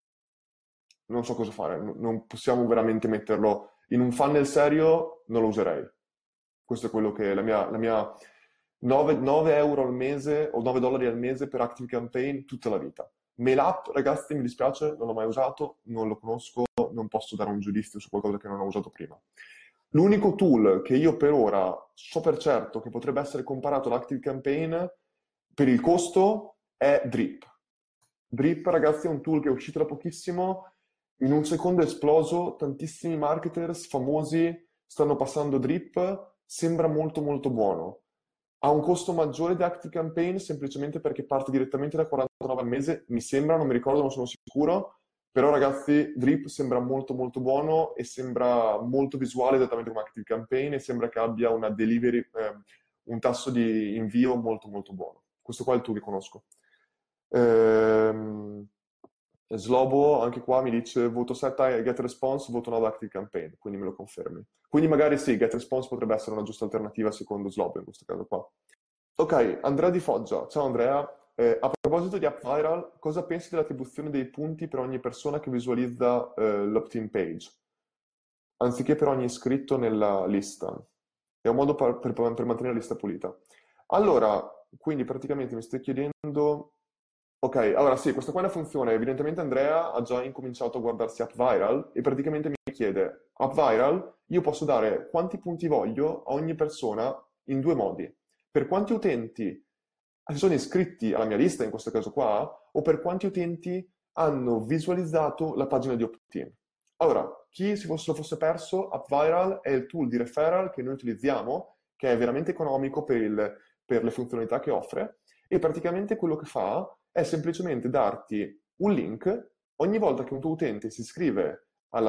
non so cosa fare. Non possiamo veramente metterlo in un funnel serio, non lo userei. Questo è quello che la mia 9 euro al mese o 9 dollari al mese per ActiveCampaign tutta la vita. MailUp, ragazzi, mi dispiace, non l'ho mai usato, non lo conosco, non posso dare un giudizio su qualcosa che non ho usato prima. L'unico tool che io per ora so per certo che potrebbe essere comparato all'ActiveCampaign per il costo è Drip. Drip, ragazzi, è un tool che è uscito da pochissimo, in un secondo è esploso, tantissimi marketers famosi stanno passando Drip, sembra molto molto buono. Ha un costo maggiore di ActiveCampaign semplicemente perché parte direttamente da 49 al mese, mi sembra, non mi ricordo, non sono sicuro, però ragazzi Drip sembra molto molto buono e sembra molto visuale esattamente come ActiveCampaign e sembra che abbia una delivery, un tasso di invio molto molto buono. Questo qua è il tool che conosco. Slobo anche qua mi dice voto setta e get response, voto no ad active campaign, quindi me lo confermi. Quindi magari sì, get response potrebbe essere una giusta alternativa secondo Slobo in questo caso qua. Ok, Andrea Di Foggia. Ciao Andrea. A proposito di App Viral, cosa pensi dell'attribuzione dei punti per ogni persona che visualizza l'opt-in page, anziché per ogni iscritto nella lista? È un modo per mantenere la lista pulita. Allora, quindi praticamente mi stai chiedendo... Ok, allora sì, questa qua è una funzione. Evidentemente Andrea ha già incominciato a guardarsi App Viral e praticamente mi chiede, App Viral, io posso dare quanti punti voglio a ogni persona in due modi. Per quanti utenti si sono iscritti alla mia lista, in questo caso qua, o per quanti utenti hanno visualizzato la pagina di opt-in. Allora, chi se lo fosse perso, App Viral è il tool di referral che noi utilizziamo, che è veramente economico per le funzionalità che offre, e praticamente quello che fa è semplicemente darti un link ogni volta che un tuo utente si iscrive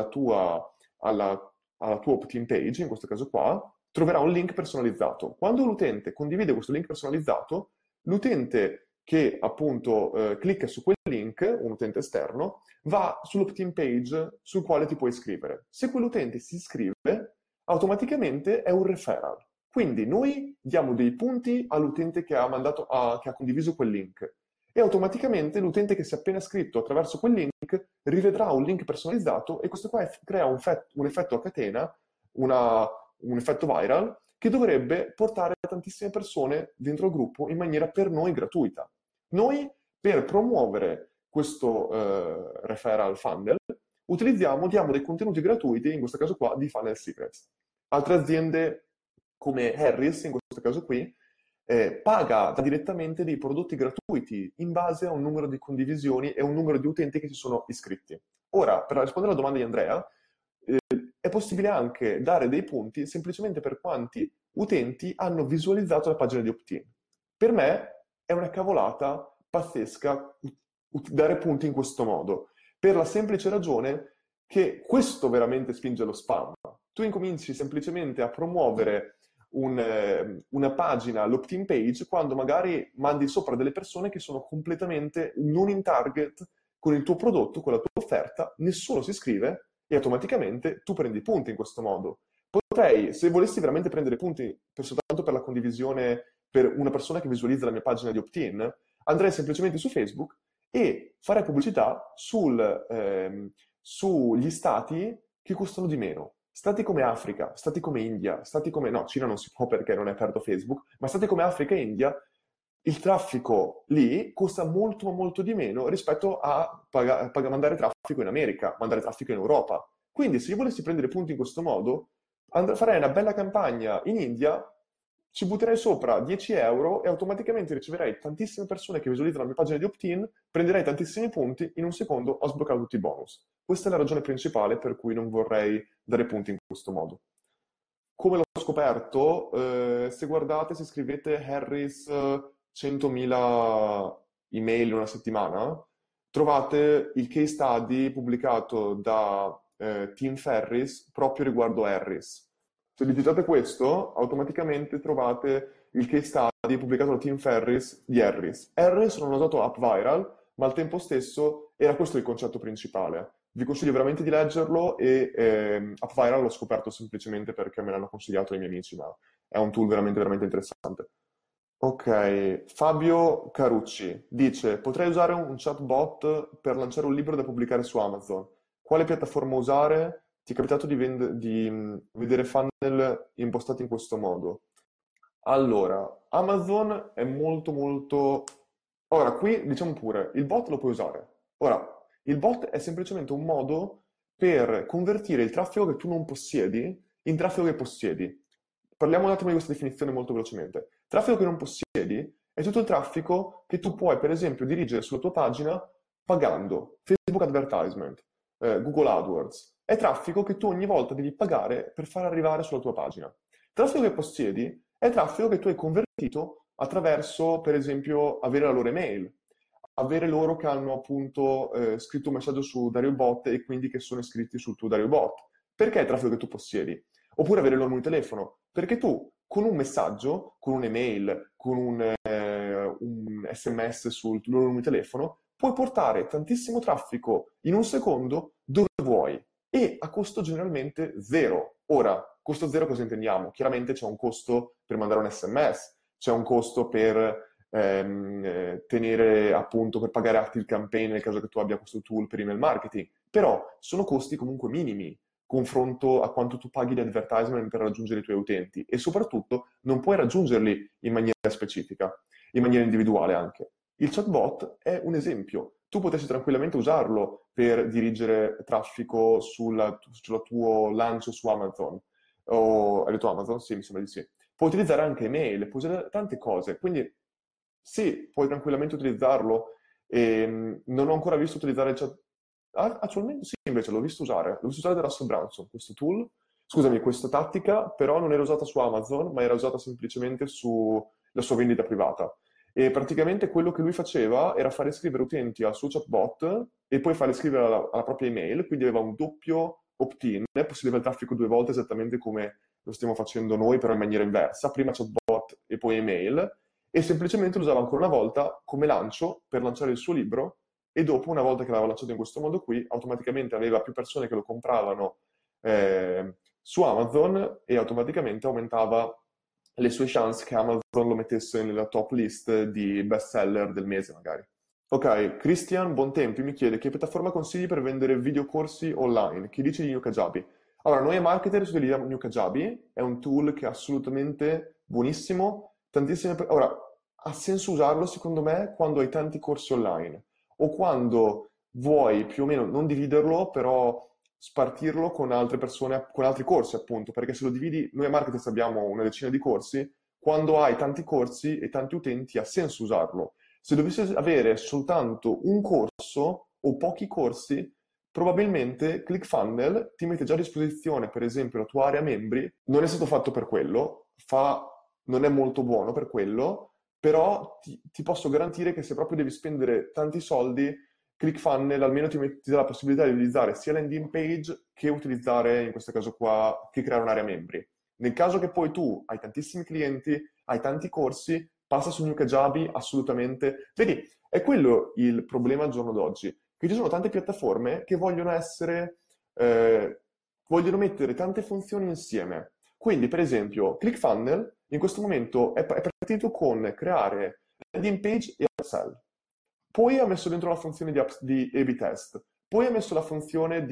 alla tua opt-in page, in questo caso qua, troverà un link personalizzato. Quando l'utente condivide questo link personalizzato, l'utente che appunto clicca su quel link, un utente esterno, va sull'opt-in page sul quale ti puoi iscrivere. Se quell'utente si iscrive, automaticamente è un referral. Quindi noi diamo dei punti all'utente che ha condiviso quel link e automaticamente l'utente che si è appena iscritto attraverso quel link rivedrà un link personalizzato e questo qua crea un effetto a catena, un effetto viral che dovrebbe portare tantissime persone dentro il gruppo in maniera per noi gratuita. Noi, per promuovere questo referral funnel, diamo dei contenuti gratuiti, in questo caso qua, di Funnel Secrets. Altre aziende come Harris, in questo caso qui, paga direttamente dei prodotti gratuiti in base a un numero di condivisioni e un numero di utenti che si sono iscritti. Ora, per rispondere alla domanda di Andrea, è possibile anche dare dei punti semplicemente per quanti utenti hanno visualizzato la pagina di opt-in. Per me è una cavolata pazzesca dare punti in questo modo, per la semplice ragione che questo veramente spinge lo spam. Tu incominci semplicemente a promuovere una pagina, l'opt-in page, quando magari mandi sopra delle persone che sono completamente non in target con il tuo prodotto, con la tua offerta, nessuno si iscrive e automaticamente tu prendi punti in questo modo. Potrei, se volessi veramente prendere punti soltanto per la condivisione per una persona che visualizza la mia pagina di opt-in, andrei semplicemente su Facebook e farei pubblicità sugli stati che costano di meno. Stati come Africa, stati come India, stati come... No, Cina non si può perché non è aperto Facebook, ma stati come Africa e India, il traffico lì costa molto molto di meno rispetto a mandare traffico in America, mandare traffico in Europa. Quindi se io volessi prendere punti in questo modo, farei una bella campagna in India, ci butterei sopra 10 euro e automaticamente riceverei tantissime persone che visualizzano la mia pagina di opt-in, prenderei tantissimi punti, in un secondo ho sbloccato tutti i bonus. Questa è la ragione principale per cui non vorrei dare punti in questo modo. Come l'ho scoperto? Se guardate, se scrivete Harris 100.000 email in una settimana, trovate il case study pubblicato da Tim Ferriss proprio riguardo Harris. Se digitate questo, automaticamente trovate il case study pubblicato da Tim Ferriss di Harris. Harris non ha usato App Viral, ma al tempo stesso era questo il concetto principale. Vi consiglio veramente di leggerlo e App Viral l'ho scoperto semplicemente perché me l'hanno consigliato i miei amici, ma è un tool veramente, veramente interessante. Ok, Fabio Carucci dice: potrei usare un chatbot per lanciare un libro da pubblicare su Amazon. Quale piattaforma usare? Ti è capitato di vedere funnel impostati in questo modo? Allora, Amazon è molto molto... Ora, qui diciamo pure, il bot lo puoi usare. Ora, il bot è semplicemente un modo per convertire il traffico che tu non possiedi in traffico che possiedi. Parliamo un attimo di questa definizione molto velocemente. Traffico che non possiedi è tutto il traffico che tu puoi, per esempio, dirigere sulla tua pagina pagando Facebook Advertisement, Google AdWords. È traffico che tu ogni volta devi pagare per far arrivare sulla tua pagina. Traffico che possiedi è traffico che tu hai convertito attraverso, per esempio, avere la loro email, avere loro che hanno appunto scritto un messaggio su DarioBot e quindi che sono iscritti sul tuo DarioBot. Perché è traffico che tu possiedi? Oppure avere il loro numero di telefono, perché tu con un messaggio, con un'email, con un SMS sul loro numero di telefono, puoi portare tantissimo traffico in un secondo dove vuoi e a costo generalmente zero. Ora, costo zero cosa intendiamo? Chiaramente c'è un costo per mandare un SMS, c'è un costo per tenere appunto, per pagare Active Campaign nel caso che tu abbia questo tool per email marketing, però sono costi comunque minimi confronto a quanto tu paghi di advertisement per raggiungere i tuoi utenti e soprattutto non puoi raggiungerli in maniera specifica, in maniera individuale anche. Il chatbot è un esempio. Tu potessi tranquillamente usarlo per dirigere traffico sul tuo lancio su Amazon. Hai detto Amazon? Sì, mi sembra di sì. Puoi utilizzare anche email, puoi usare tante cose. Quindi sì, puoi tranquillamente utilizzarlo. Non ho ancora visto utilizzare il chat. Attualmente sì, invece l'ho visto usare. L'ho visto usare da Russell Brunson, questo tool. Scusami, questa tattica, però non era usata su Amazon, ma era usata semplicemente sulla sua vendita privata. E praticamente quello che lui faceva era fare scrivere utenti al suo chatbot e poi fare scrivere alla propria email, quindi aveva un doppio opt-in, possibile il traffico due volte esattamente come lo stiamo facendo noi, però in maniera inversa, prima chatbot e poi email, e semplicemente lo usava ancora una volta come lancio per lanciare il suo libro e dopo, una volta che l'aveva lanciato in questo modo qui, automaticamente aveva più persone che lo compravano su Amazon e automaticamente aumentava le sue chance che Amazon lo mettesse nella top list di bestseller del mese magari. Ok, Christian Bontempi mi chiede che piattaforma consigli per vendere videocorsi online? Che dici di New Kajabi? Allora, noi marketer utilizziamo New Kajabi, è un tool che è assolutamente buonissimo, ora, ha senso usarlo secondo me quando hai tanti corsi online o quando vuoi più o meno non dividerlo, però spartirlo con altre persone, con altri corsi appunto, perché se lo dividi, noi a Marketers abbiamo una decina di corsi, quando hai tanti corsi e tanti utenti ha senso usarlo. Se dovessi avere soltanto un corso o pochi corsi, probabilmente ClickFunnels ti mette già a disposizione, per esempio, la tua area membri, non è stato fatto per quello, non è molto buono per quello, però ti posso garantire che se proprio devi spendere tanti soldi, ClickFunnels almeno ti dà la possibilità di utilizzare sia landing page che utilizzare, in questo caso qua, che creare un'area membri. Nel caso che poi tu hai tantissimi clienti, hai tanti corsi, passa su New Kajabi assolutamente. Vedi, è quello il problema al giorno d'oggi, che ci sono tante piattaforme che vogliono mettere tante funzioni insieme. Quindi, per esempio, ClickFunnels in questo momento è partito con creare landing page e upsell. Poi ha messo dentro la funzione di A/B test, poi ha messo la funzione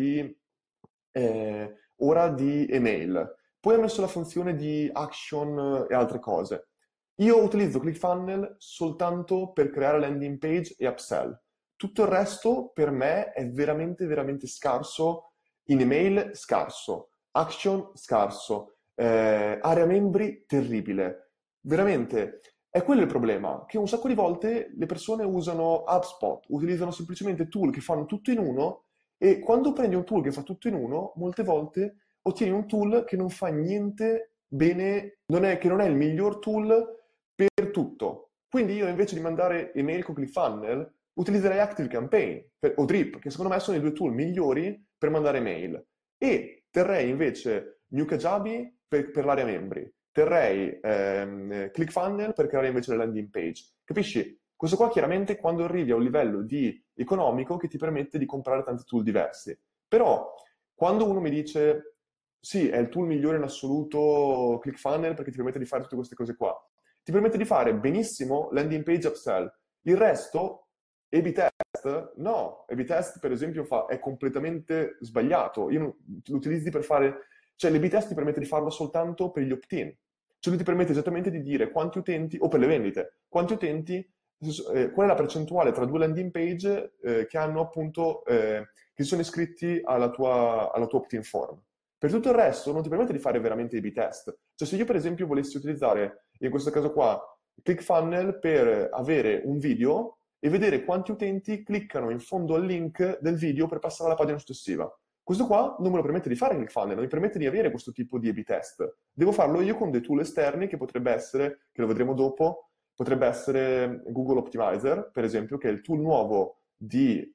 ora di email, poi ha messo la funzione di action e altre cose. Io utilizzo ClickFunnels soltanto per creare landing page e upsell. Tutto il resto per me è veramente, veramente scarso. In email, scarso. Action, scarso. Area membri, terribile. Veramente. È quello il problema, che un sacco di volte le persone usano HubSpot, utilizzano semplicemente tool che fanno tutto in uno e quando prendi un tool che fa tutto in uno, molte volte ottieni un tool che non fa niente bene, che non è il miglior tool per tutto. Quindi io invece di mandare email con ClickFunnels utilizzerei ActiveCampaign o Drip, che secondo me sono i due tool migliori per mandare mail. E terrei invece New Kajabi per l'area membri. Terrei ClickFunnels per creare invece le landing page. Capisci? Questo qua chiaramente quando arrivi a un livello di economico che ti permette di comprare tanti tool diversi. Però quando uno mi dice sì, è il tool migliore in assoluto ClickFunnels perché ti permette di fare tutte queste cose qua, ti permette di fare benissimo landing page upsell. Il resto, A/B test, no. A/B test per esempio è completamente sbagliato. Lo utilizzi per fare... Cioè l'A/B test ti permette di farlo soltanto per gli opt-in. Cioè lui ti permette esattamente di dire quanti utenti, o per le vendite, quanti utenti, qual è la percentuale tra due landing page che hanno appunto, che si sono iscritti alla tua opt-in form. Per tutto il resto non ti permette di fare veramente A/B test. Cioè se io per esempio volessi utilizzare, in questo caso qua, ClickFunnels per avere un video e vedere quanti utenti cliccano in fondo al link del video per passare alla pagina successiva. Questo qua non me lo permette di fare ClickFunnels, non mi permette di avere questo tipo di A/B test. Devo farlo io con dei tool esterni che potrebbe essere, che lo vedremo dopo, potrebbe essere Google Optimizer, per esempio, che è il tool nuovo di,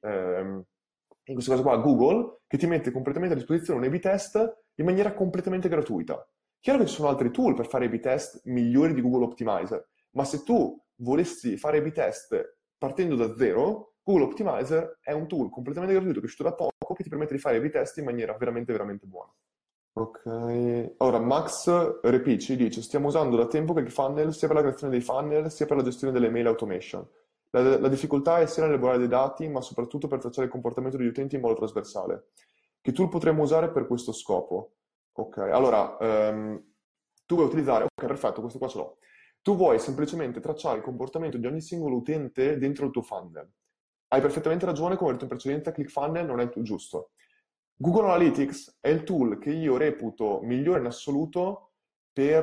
in questo caso qua, Google, che ti mette completamente a disposizione un A/B test in maniera completamente gratuita. Chiaro che ci sono altri tool per fare A/B test migliori di Google Optimizer, ma se tu volessi fare A/B test partendo da zero, Google Optimizer è un tool completamente gratuito che è uscito da poco che ti permette di fare A/B test in maniera veramente, veramente buona. Ok, ora Max Repici dice: stiamo usando da tempo ClickFunnels sia per la creazione dei funnel sia per la gestione delle mail automation. La difficoltà è sia nell'elaborare dei dati, ma soprattutto per tracciare il comportamento degli utenti in modo trasversale. Che tool potremmo usare per questo scopo? Ok, allora, tu vuoi utilizzare... Ok, perfetto, questo qua ce l'ho. Tu vuoi semplicemente tracciare il comportamento di ogni singolo utente dentro il tuo funnel. Hai perfettamente ragione, come ho detto in precedenza, ClickFunnels non è il giusto. Google Analytics è il tool che io reputo migliore in assoluto per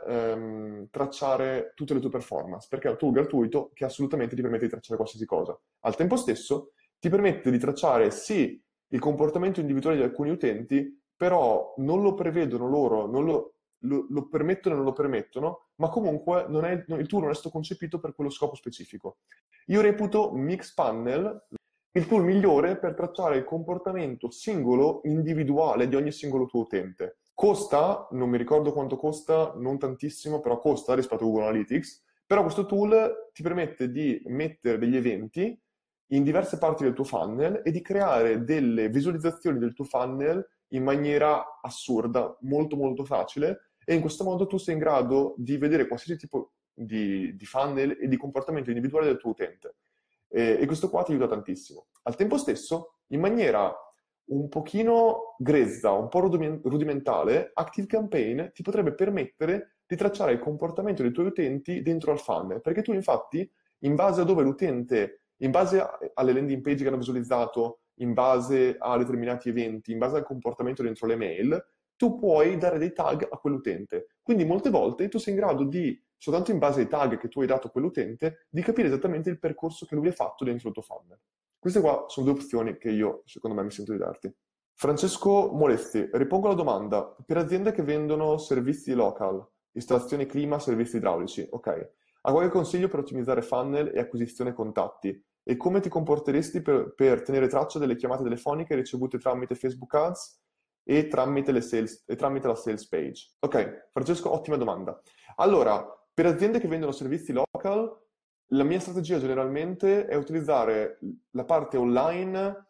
tracciare tutte le tue performance, perché è un tool gratuito che assolutamente ti permette di tracciare qualsiasi cosa. Al tempo stesso ti permette di tracciare sì il comportamento individuale di alcuni utenti, però non lo prevedono loro, non lo permettono e non lo permettono, ma comunque il tool non è stato concepito per quello scopo specifico. Io reputo Mixpanel il tool migliore per tracciare il comportamento singolo, individuale di ogni singolo tuo utente. Costa, non mi ricordo quanto costa, non tantissimo, però costa rispetto a Google Analytics, però questo tool ti permette di mettere degli eventi in diverse parti del tuo funnel e di creare delle visualizzazioni del tuo funnel in maniera assurda, molto molto facile, e in questo modo tu sei in grado di vedere qualsiasi tipo di funnel e di comportamento individuale del tuo utente. E questo qua ti aiuta tantissimo. Al tempo stesso, in maniera un pochino grezza, un po' rudimentale, ActiveCampaign ti potrebbe permettere di tracciare il comportamento dei tuoi utenti dentro al funnel, perché tu infatti, in base a dove l'utente, in base alle landing page che hanno visualizzato, in base a determinati eventi, in base al comportamento dentro le mail, tu puoi dare dei tag a quell'utente. Quindi molte volte tu sei in grado di, soltanto in base ai tag che tu hai dato a quell'utente, di capire esattamente il percorso che lui ha fatto dentro il tuo funnel. Queste qua sono due opzioni che io, secondo me, mi sento di darti. Francesco Molesti, ripongo la domanda. Per aziende che vendono servizi local, installazione clima, servizi idraulici, ok. Ha qualche consiglio per ottimizzare funnel e acquisizione contatti? E come ti comporteresti per tenere traccia delle chiamate telefoniche ricevute tramite Facebook Ads e tramite la sales page? Ok, Francesco, ottima domanda. Allora, per aziende che vendono servizi local, la mia strategia generalmente è utilizzare la parte online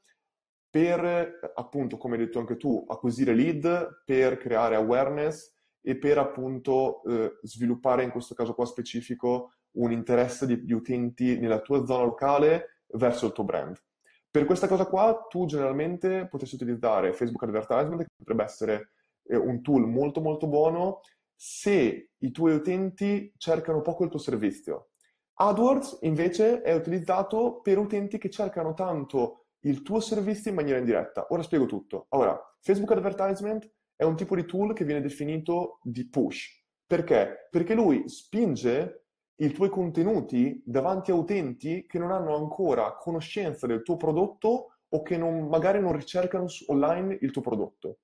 per, appunto, come hai detto anche tu, acquisire lead, per creare awareness e per, appunto, sviluppare in questo caso qua specifico un interesse di utenti nella tua zona locale verso il tuo brand. Per questa cosa qua tu generalmente potresti utilizzare Facebook Advertisement, che potrebbe essere un tool molto molto buono se i tuoi utenti cercano poco il tuo servizio. AdWords invece è utilizzato per utenti che cercano tanto il tuo servizio in maniera indiretta. Ora spiego tutto. Allora, Facebook Advertisement è un tipo di tool che viene definito di push. Perché? Perché lui spinge i tuoi contenuti davanti a utenti che non hanno ancora conoscenza del tuo prodotto o che magari non ricercano online il tuo prodotto.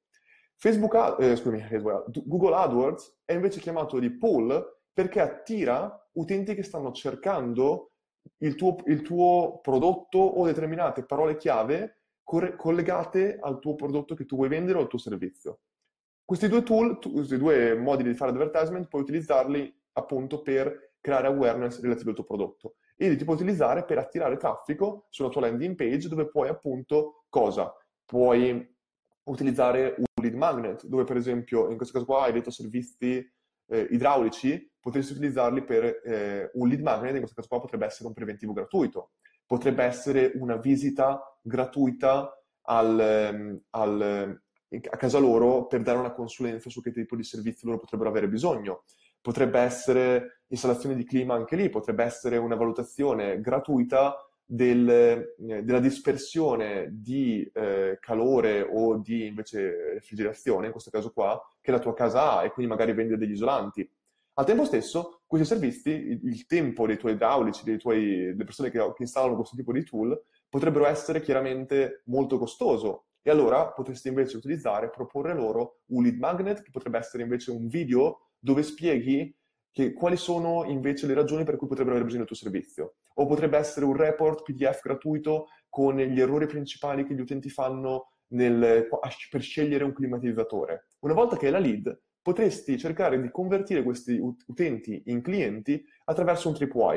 Google AdWords è invece chiamato di pull perché attira utenti che stanno cercando il tuo prodotto o determinate parole chiave collegate al tuo prodotto che tu vuoi vendere o al tuo servizio. Questi due tool, questi due modi di fare advertisement, puoi utilizzarli appunto per creare awareness relativo al tuo prodotto e li puoi utilizzare per attirare traffico sulla tua landing page dove puoi appunto cosa? Puoi utilizzare un lead magnet dove per esempio in questo caso qua hai detto servizi idraulici, potresti utilizzarli per un lead magnet, in questo caso qua potrebbe essere un preventivo gratuito, potrebbe essere una visita gratuita a casa loro per dare una consulenza su che tipo di servizi loro potrebbero avere bisogno. Potrebbe essere installazione di clima anche lì, potrebbe essere una valutazione gratuita della dispersione di calore o di invece refrigerazione, in questo caso qua, che la tua casa ha e quindi magari vendere degli isolanti. Al tempo stesso, questi servizi, il tempo dei tuoi idraulici, delle persone che installano questo tipo di tool, potrebbero essere chiaramente molto costoso. E allora potresti invece proporre loro un lead magnet, che potrebbe essere invece un video dove spieghi quali sono invece le ragioni per cui potrebbero avere bisogno del tuo servizio. O potrebbe essere un report PDF gratuito con gli errori principali che gli utenti fanno per scegliere un climatizzatore. Una volta che hai la lead, potresti cercare di convertire questi utenti in clienti attraverso un tripwire.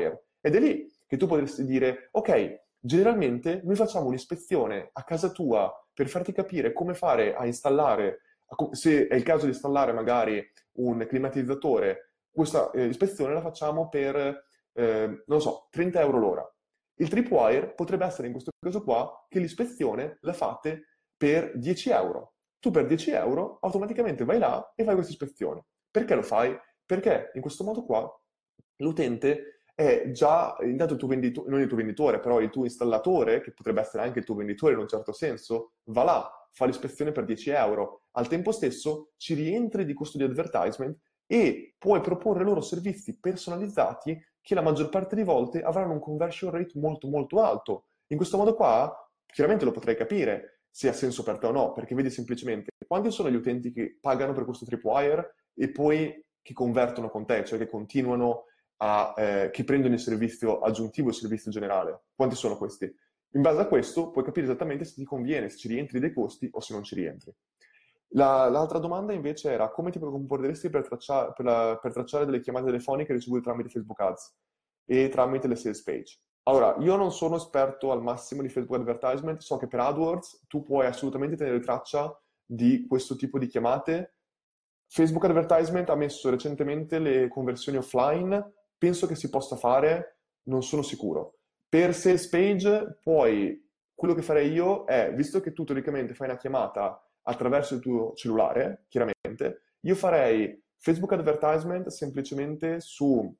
Ed è lì che tu potresti dire, ok, generalmente noi facciamo un'ispezione a casa tua per farti capire come fare a installare, se è il caso di installare magari un climatizzatore, questa ispezione la facciamo per, non lo so, 30 euro l'ora. Il tripwire potrebbe essere in questo caso qua che l'ispezione la fate per 10 euro. Tu per 10 euro automaticamente vai là e fai questa ispezione. Perché lo fai? Perché in questo modo qua l'utente è già, intanto il tuo venditore, non il tuo venditore, però il tuo installatore, che potrebbe essere anche il tuo venditore in un certo senso, va là, fa l'ispezione per 10 euro. Al tempo stesso ci rientri di costo di advertisement e puoi proporre loro servizi personalizzati che la maggior parte delle volte avranno un conversion rate molto molto alto. In questo modo qua, chiaramente lo potrei capire se ha senso per te o no, perché vedi semplicemente quanti sono gli utenti che pagano per questo tripwire e poi che convertono con te, cioè che continuano che prendono il servizio aggiuntivo e il servizio generale. Quanti sono questi? In base a questo puoi capire esattamente se ti conviene, se ci rientri dei costi o se non ci rientri. L'altra domanda invece era come ti comporteresti per tracciare delle chiamate telefoniche ricevute tramite Facebook Ads e tramite le sales page. Allora, io non sono esperto al massimo di Facebook Advertisement, so che per AdWords tu puoi assolutamente tenere traccia di questo tipo di chiamate. Facebook Advertisement ha messo recentemente le conversioni offline, penso che si possa fare, non sono sicuro. Per sales page, poi quello che farei io è, visto che tu teoricamente fai una chiamata attraverso il tuo cellulare, chiaramente, io farei Facebook Advertisement semplicemente su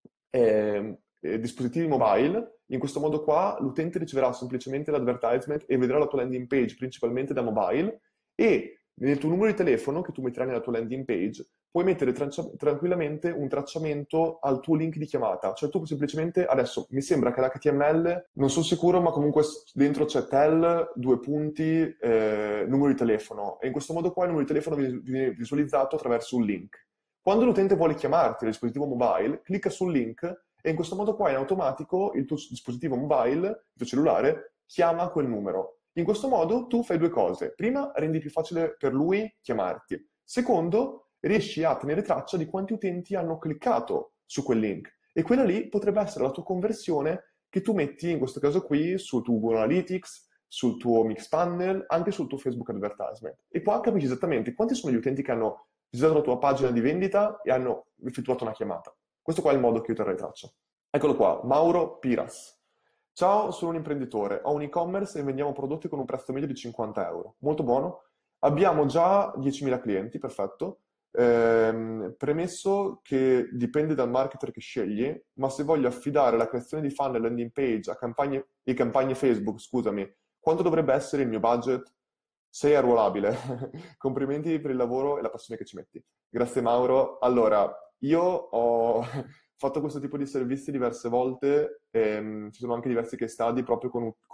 dispositivi mobile. In questo modo qua l'utente riceverà semplicemente l'advertisement e vedrà la tua landing page principalmente da mobile e nel tuo numero di telefono che tu metterai nella tua landing page puoi mettere tranquillamente un tracciamento al tuo link di chiamata. Cioè tu semplicemente, adesso mi sembra che l'HTML, non sono sicuro, ma comunque dentro c'è tel, due punti, numero di telefono. E in questo modo qua il numero di telefono viene visualizzato attraverso un link. Quando l'utente vuole chiamarti dal dispositivo mobile, clicca sul link e in questo modo qua in automatico il tuo dispositivo mobile, il tuo cellulare, chiama quel numero. In questo modo tu fai due cose. Prima, rendi più facile per lui chiamarti. Secondo, riesci a tenere traccia di quanti utenti hanno cliccato su quel link. E quella lì potrebbe essere la tua conversione che tu metti, in questo caso qui, sul tuo Google Analytics, sul tuo Mixpanel, anche sul tuo Facebook Advertisement. E qua capisci esattamente quanti sono gli utenti che hanno visitato la tua pagina di vendita e hanno effettuato una chiamata. Questo qua è il modo che io terrei traccia. Eccolo qua, Mauro Piras. Ciao, sono un imprenditore, ho un e-commerce e vendiamo prodotti con un prezzo medio di 50 euro. Molto buono. Abbiamo già 10.000 clienti, perfetto. Premesso che dipende dal marketer che scegli, ma se voglio affidare la creazione di funnel landing page a campagne Facebook, scusami, quanto dovrebbe essere il mio budget? Sei arruolabile. Complimenti per il lavoro e la passione che ci metti. Grazie Mauro. Allora, io ho fatto questo tipo di servizi diverse volte, ci sono anche diversi case study proprio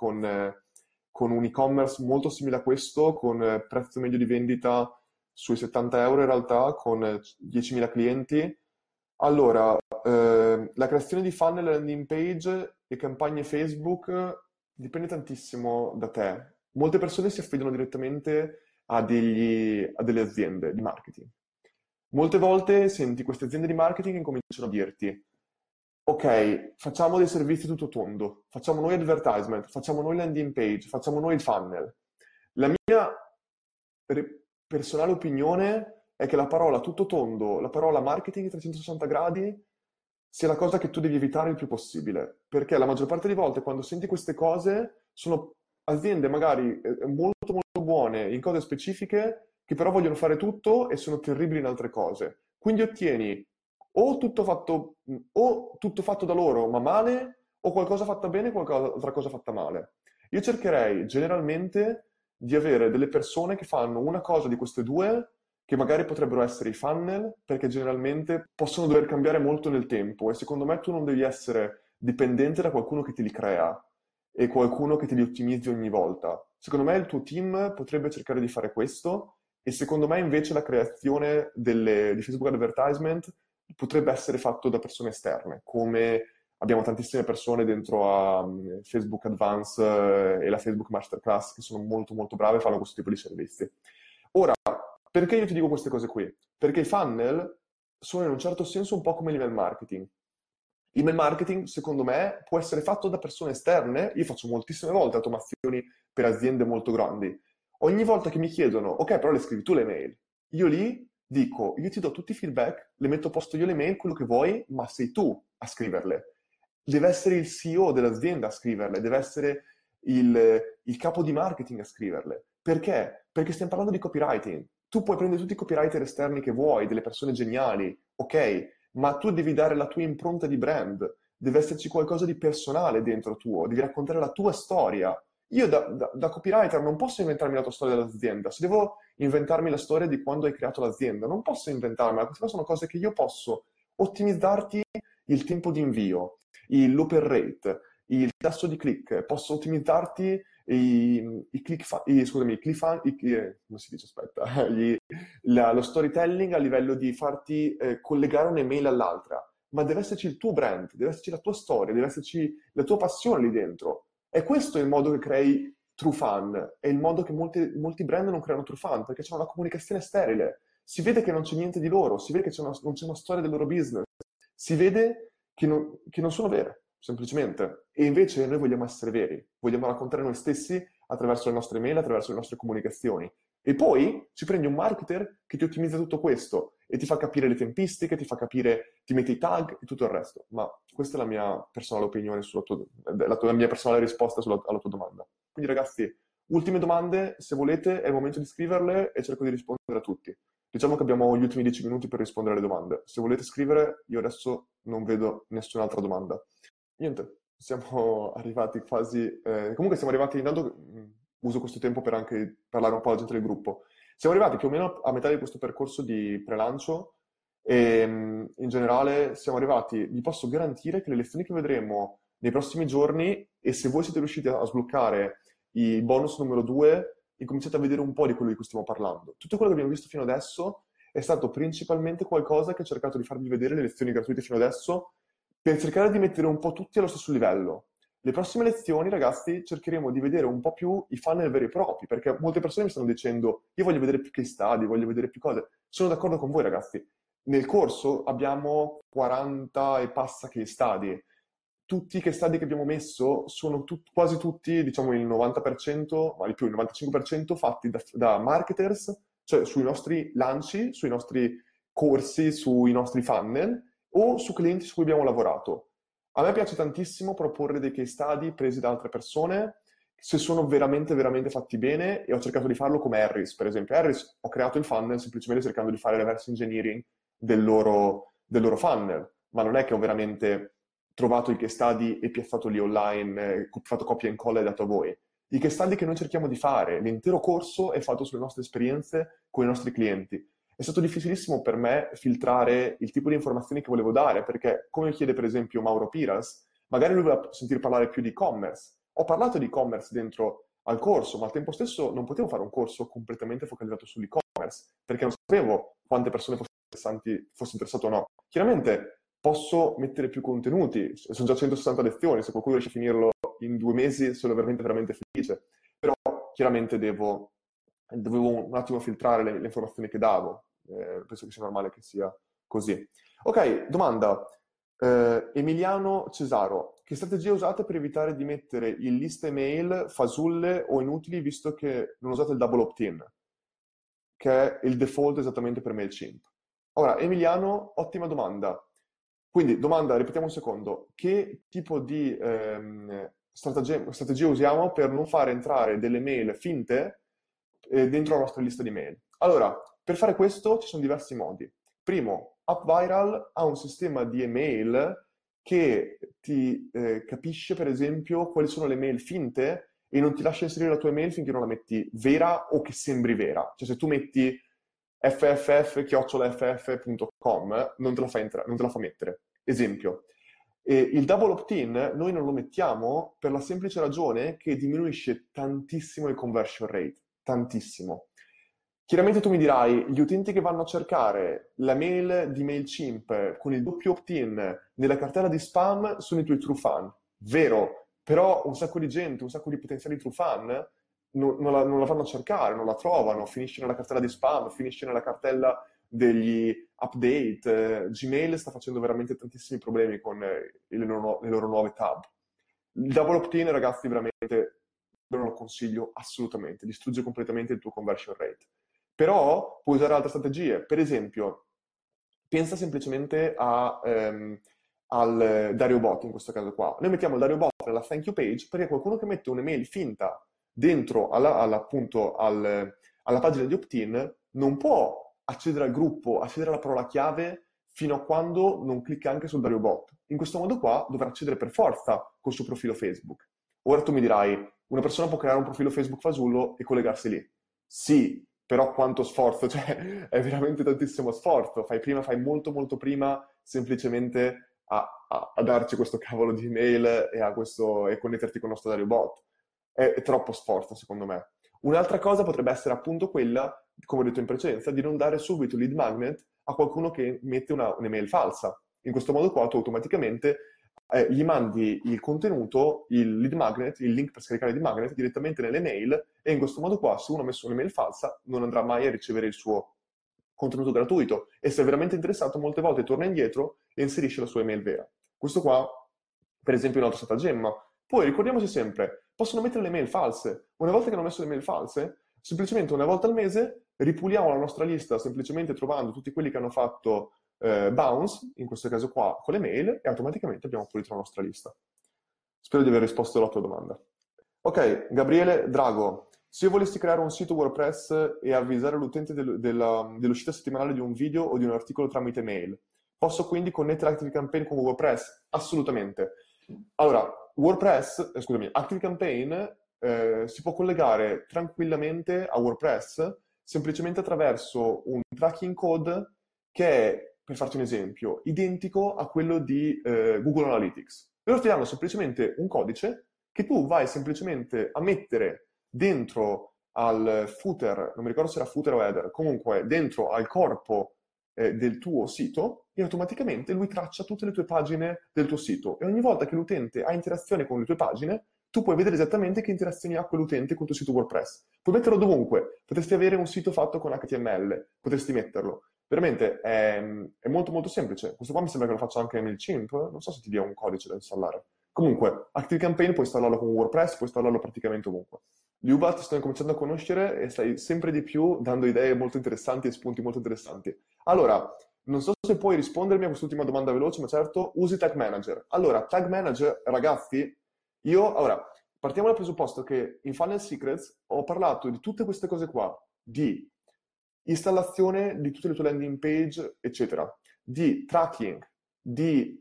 con un e-commerce molto simile a questo, con prezzo medio di vendita sui 70 euro in realtà, con 10.000 clienti. Allora, la creazione di funnel landing page e campagne Facebook dipende tantissimo da te. Molte persone si affidano direttamente a delle aziende di marketing. Molte volte senti queste aziende di marketing che cominciano a dirti: ok, facciamo dei servizi tutto tondo, facciamo noi advertisement, facciamo noi landing page, facciamo noi il funnel. La mia personale opinione è che la parola tutto tondo, la parola marketing 360 gradi, sia la cosa che tu devi evitare il più possibile, perché la maggior parte delle volte quando senti queste cose sono aziende magari molto molto buone in cose specifiche che però vogliono fare tutto e sono terribili in altre cose. Quindi ottieni o tutto fatto da loro ma male, o qualcosa fatta bene e altra cosa fatta male. Io cercherei generalmente di avere delle persone che fanno una cosa di queste due, che magari potrebbero essere i funnel, perché generalmente possono dover cambiare molto nel tempo e secondo me tu non devi essere dipendente da qualcuno che te li crea e qualcuno che te li ottimizzi ogni volta. Secondo me il tuo team potrebbe cercare di fare questo e secondo me invece la creazione di Facebook Advertisement potrebbe essere fatto da persone esterne, come abbiamo tantissime persone dentro a Facebook Advance e la Facebook Masterclass che sono molto molto brave e fanno questo tipo di servizi. Ora, perché io ti dico queste cose qui? Perché i funnel sono in un certo senso un po' come l'email marketing. Email marketing, secondo me, può essere fatto da persone esterne. Io faccio moltissime volte automazioni per aziende molto grandi. Ogni volta che mi chiedono, ok, però le scrivi tu le mail, io lì dico, io ti do tutti i feedback, le metto a posto io le mail, quello che vuoi, ma sei tu a scriverle. Deve essere il CEO dell'azienda a scriverle, deve essere il capo di marketing a scriverle. Perché? Perché stiamo parlando di copywriting. Tu puoi prendere tutti i copywriter esterni che vuoi, delle persone geniali, ok, ma tu devi dare la tua impronta di brand, deve esserci qualcosa di personale dentro tuo, devi raccontare la tua storia. Io da copywriter non posso inventarmi la tua storia dell'azienda, se devo inventarmi la storia di quando hai creato l'azienda, non posso inventarmela, queste sono cose che io posso ottimizzarti il tempo di invio, l'open rate, il tasso di click, posso ottimizzarti i click, scusami, come si dice, aspetta, lo storytelling a livello di farti collegare un'email all'altra, ma deve esserci il tuo brand, deve esserci la tua storia, deve esserci la tua passione lì dentro. E questo è il modo che crei true fan, è il modo che molti brand non creano true fan, perché c'è una comunicazione sterile. Si vede che non c'è niente di loro, si vede che non c'è una storia del loro business, si vede che non sono vere, semplicemente. E invece noi vogliamo essere veri, vogliamo raccontare noi stessi attraverso le nostre mail, attraverso le nostre comunicazioni. E poi ci prendi un marketer che ti ottimizza tutto questo e ti fa capire le tempistiche, ti fa capire, ti mette i tag e tutto il resto. Ma questa è la mia personale opinione la mia personale risposta alla tua domanda. Quindi ragazzi, ultime domande, se volete è il momento di scriverle e cerco di rispondere a tutti. Diciamo che abbiamo gli ultimi 10 minuti per rispondere alle domande. Se volete scrivere, io adesso non vedo nessun'altra domanda. Niente, siamo arrivati quasi... comunque siamo arrivati, intanto uso questo tempo per anche parlare un po' alla gente del gruppo. Siamo arrivati più o meno a metà di questo percorso di pre-lancio e in generale siamo arrivati, vi posso garantire che le lezioni che vedremo nei prossimi giorni, e se voi siete riusciti a sbloccare i bonus numero 2, incominciate a vedere un po' di quello di cui stiamo parlando. Tutto quello che abbiamo visto fino adesso è stato principalmente qualcosa che ho cercato di farvi vedere le lezioni gratuite fino adesso per cercare di mettere un po' tutti allo stesso livello. Le prossime lezioni, ragazzi, cercheremo di vedere un po' più i funnel veri e propri, perché molte persone mi stanno dicendo io voglio vedere più case study, voglio vedere più cose. Sono d'accordo con voi, ragazzi. Nel corso abbiamo 40 e passa case study. Tutti i case study che abbiamo messo sono quasi tutti, diciamo il 90%, ma di più, il 95% fatti da marketers, cioè sui nostri lanci, sui nostri corsi, sui nostri funnel o su clienti su cui abbiamo lavorato. A me piace tantissimo proporre dei case study presi da altre persone, se sono veramente, veramente fatti bene, e ho cercato di farlo come Harris, per esempio. Harris ho creato il funnel semplicemente cercando di fare reverse engineering del loro funnel, ma non è che ho veramente trovato i case study e piazzato lì online, fatto copia e incolla e dato a voi. I case study che noi cerchiamo di fare, l'intero corso è fatto sulle nostre esperienze con i nostri clienti. È stato difficilissimo per me filtrare il tipo di informazioni che volevo dare, perché, come chiede per esempio Mauro Piras, magari lui voleva sentire parlare più di e-commerce. Ho parlato di e-commerce dentro al corso, ma al tempo stesso non potevo fare un corso completamente focalizzato sull'e-commerce, perché non sapevo quante persone fosse interessato o no. Chiaramente posso mettere più contenuti, sono già 160 lezioni, se qualcuno riesce a finirlo in 2 mesi sono veramente, veramente felice. Però chiaramente dovevo un attimo filtrare le informazioni che davo. Penso che sia normale che sia così. Ok, domanda. Emiliano Cesaro, che strategie usate per evitare di mettere in lista email fasulle o inutili visto che non usate il double opt-in, che è il default esattamente per MailChimp? Ora, Emiliano, ottima domanda. Quindi, domanda, ripetiamo un secondo, che tipo di strategia usiamo per non fare entrare delle mail finte dentro la nostra lista di mail? Allora, per fare questo ci sono diversi modi. Primo, AppViral ha un sistema di email che ti capisce, per esempio, quali sono le mail finte e non ti lascia inserire la tua email finché non la metti vera o che sembri vera. Cioè, se tu metti fff@ff.com non te la fa mettere. Esempio. Il double opt-in noi non lo mettiamo per la semplice ragione che diminuisce tantissimo il conversion rate, tantissimo. Chiaramente tu mi dirai, gli utenti che vanno a cercare la mail di MailChimp con il doppio opt-in nella cartella di spam sono i tuoi true fan. Vero, però un sacco di gente, un sacco di potenziali true fan non la vanno a cercare, non la trovano, finisce nella cartella di spam, finisce nella cartella degli update. Gmail sta facendo veramente tantissimi problemi con le loro nuove tab. Il double opt-in, ragazzi, veramente non lo consiglio assolutamente, distrugge completamente il tuo conversion rate. Però puoi usare altre strategie. Per esempio, pensa semplicemente al Dario Bot in questo caso qua. Noi mettiamo il Dario Bot nella thank you page perché qualcuno che mette un'email finta dentro appunto alla pagina di opt-in non può accedere al gruppo, accedere alla parola chiave fino a quando non clicca anche sul Dario Bot. In questo modo qua dovrà accedere per forza col suo profilo Facebook. Ora tu mi dirai, una persona può creare un profilo Facebook fasullo e collegarsi lì. Sì, però quanto sforzo, cioè è veramente tantissimo sforzo. Fai molto molto prima semplicemente a darci questo cavolo di email e connetterti con il nostro Dario Bot. È troppo sforzo, secondo me. Un'altra cosa potrebbe essere appunto quella, come ho detto in precedenza, di non dare subito lead magnet a qualcuno che mette un'email falsa. In questo modo qua tu automaticamente gli mandi il contenuto, il lead magnet, il link per scaricare il lead magnet direttamente nelle mail e in questo modo qua, se uno ha messo un'email falsa, non andrà mai a ricevere il suo contenuto gratuito e se è veramente interessato molte volte torna indietro e inserisce la sua email vera. Questo qua, per esempio, è un altro stratagemma. Poi ricordiamoci sempre, possono mettere le mail false. Una volta che hanno messo le mail false, semplicemente una volta al mese ripuliamo la nostra lista semplicemente trovando tutti quelli che hanno fatto bounce, in questo caso qua con le mail, e automaticamente abbiamo pulito la nostra lista. Spero di aver risposto alla tua domanda. Ok, Gabriele Drago, se io volessi creare un sito WordPress e avvisare l'utente dell'uscita settimanale di un video o di un articolo tramite mail, posso quindi connettere ActiveCampaign con WordPress? Assolutamente. Allora, ActiveCampaign si può collegare tranquillamente a WordPress semplicemente attraverso un tracking code che è, per farti un esempio, identico a quello di Google Analytics. Loro ti danno semplicemente un codice che tu vai semplicemente a mettere dentro al footer, non mi ricordo se era footer o header, comunque dentro al corpo del tuo sito e automaticamente lui traccia tutte le tue pagine del tuo sito e ogni volta che l'utente ha interazione con le tue pagine tu puoi vedere esattamente che interazioni ha quell'utente con il tuo sito WordPress. Puoi metterlo dovunque, potresti avere un sito fatto con HTML, potresti metterlo. Veramente è molto molto semplice. Questo qua mi sembra che lo faccia anche MailChimp, non so se ti dia un codice da installare. Comunque, ActiveCampaign puoi installarlo con WordPress, puoi installarlo praticamente ovunque. Liuba, ti sto incominciando a conoscere e stai sempre di più dando idee molto interessanti e spunti molto interessanti. Allora, non so se puoi rispondermi a quest'ultima domanda veloce, ma certo, usi Tag Manager. Allora, Tag Manager, ragazzi, partiamo dal presupposto che in Funnel Secrets ho parlato di tutte queste cose qua, di installazione di tutte le tue landing page, eccetera, di tracking, di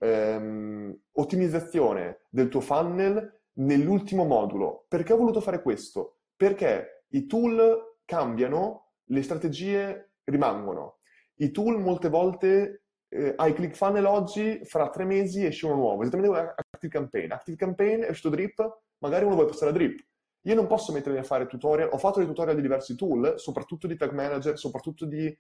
ottimizzazione del tuo funnel nell'ultimo modulo. Perché ho voluto fare questo? Perché i tool cambiano, le strategie rimangono. I tool molte volte hai ClickFunnels oggi, fra 3 mesi esce uno nuovo, esattamente come ActiveCampaign. ActiveCampaign è uscito Drip, magari uno vuole passare a Drip. Io non posso mettermi a fare tutorial, ho fatto dei tutorial di diversi tool, soprattutto di Tag Manager, soprattutto di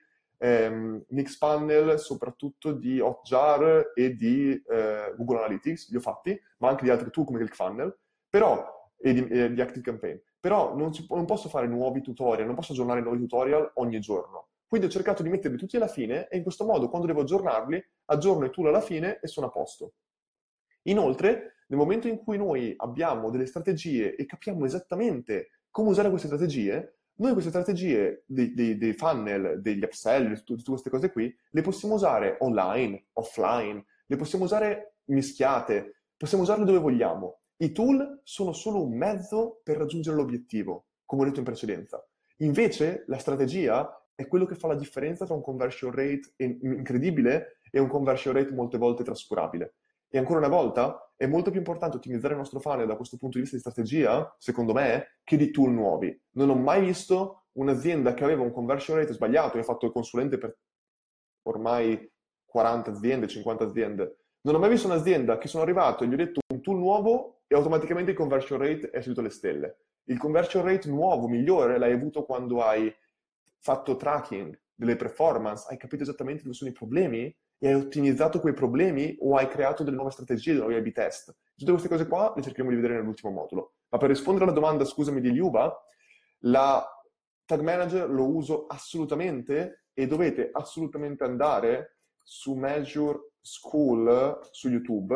Mixpanel, soprattutto di Hotjar e di Google Analytics, li ho fatti, ma anche di altri tool come ClickFunnels, e di ActiveCampaign. Però non posso fare nuovi tutorial, non posso aggiornare nuovi tutorial ogni giorno. Quindi ho cercato di metterli tutti alla fine e in questo modo, quando devo aggiornarli, aggiorno i tool alla fine e sono a posto. Inoltre, nel momento in cui noi abbiamo delle strategie e capiamo esattamente come usare queste strategie, noi queste strategie dei funnel, degli upsell, tutte queste cose qui, le possiamo usare online, offline, le possiamo usare mischiate, possiamo usarle dove vogliamo. I tool sono solo un mezzo per raggiungere l'obiettivo, come ho detto in precedenza. Invece la strategia è quello che fa la differenza tra un conversion rate incredibile e un conversion rate molte volte trascurabile. E ancora una volta, è molto più importante ottimizzare il nostro funnel da questo punto di vista di strategia, secondo me, che di tool nuovi. Non ho mai visto un'azienda che aveva un conversion rate sbagliato, io ho fatto il consulente per ormai 40 aziende, 50 aziende. Non ho mai visto un'azienda che sono arrivato e gli ho detto un tool nuovo e automaticamente il conversion rate è salito alle stelle. Il conversion rate nuovo, migliore, l'hai avuto quando hai fatto tracking delle performance, hai capito esattamente dove sono i problemi e hai ottimizzato quei problemi o hai creato delle nuove strategie, dei nuovi A/B test. Tutte queste cose qua le cercheremo di vedere nell'ultimo modulo. Ma per rispondere alla domanda, scusami, di Liuba, la Tag Manager lo uso assolutamente e dovete assolutamente andare su Measure School su YouTube.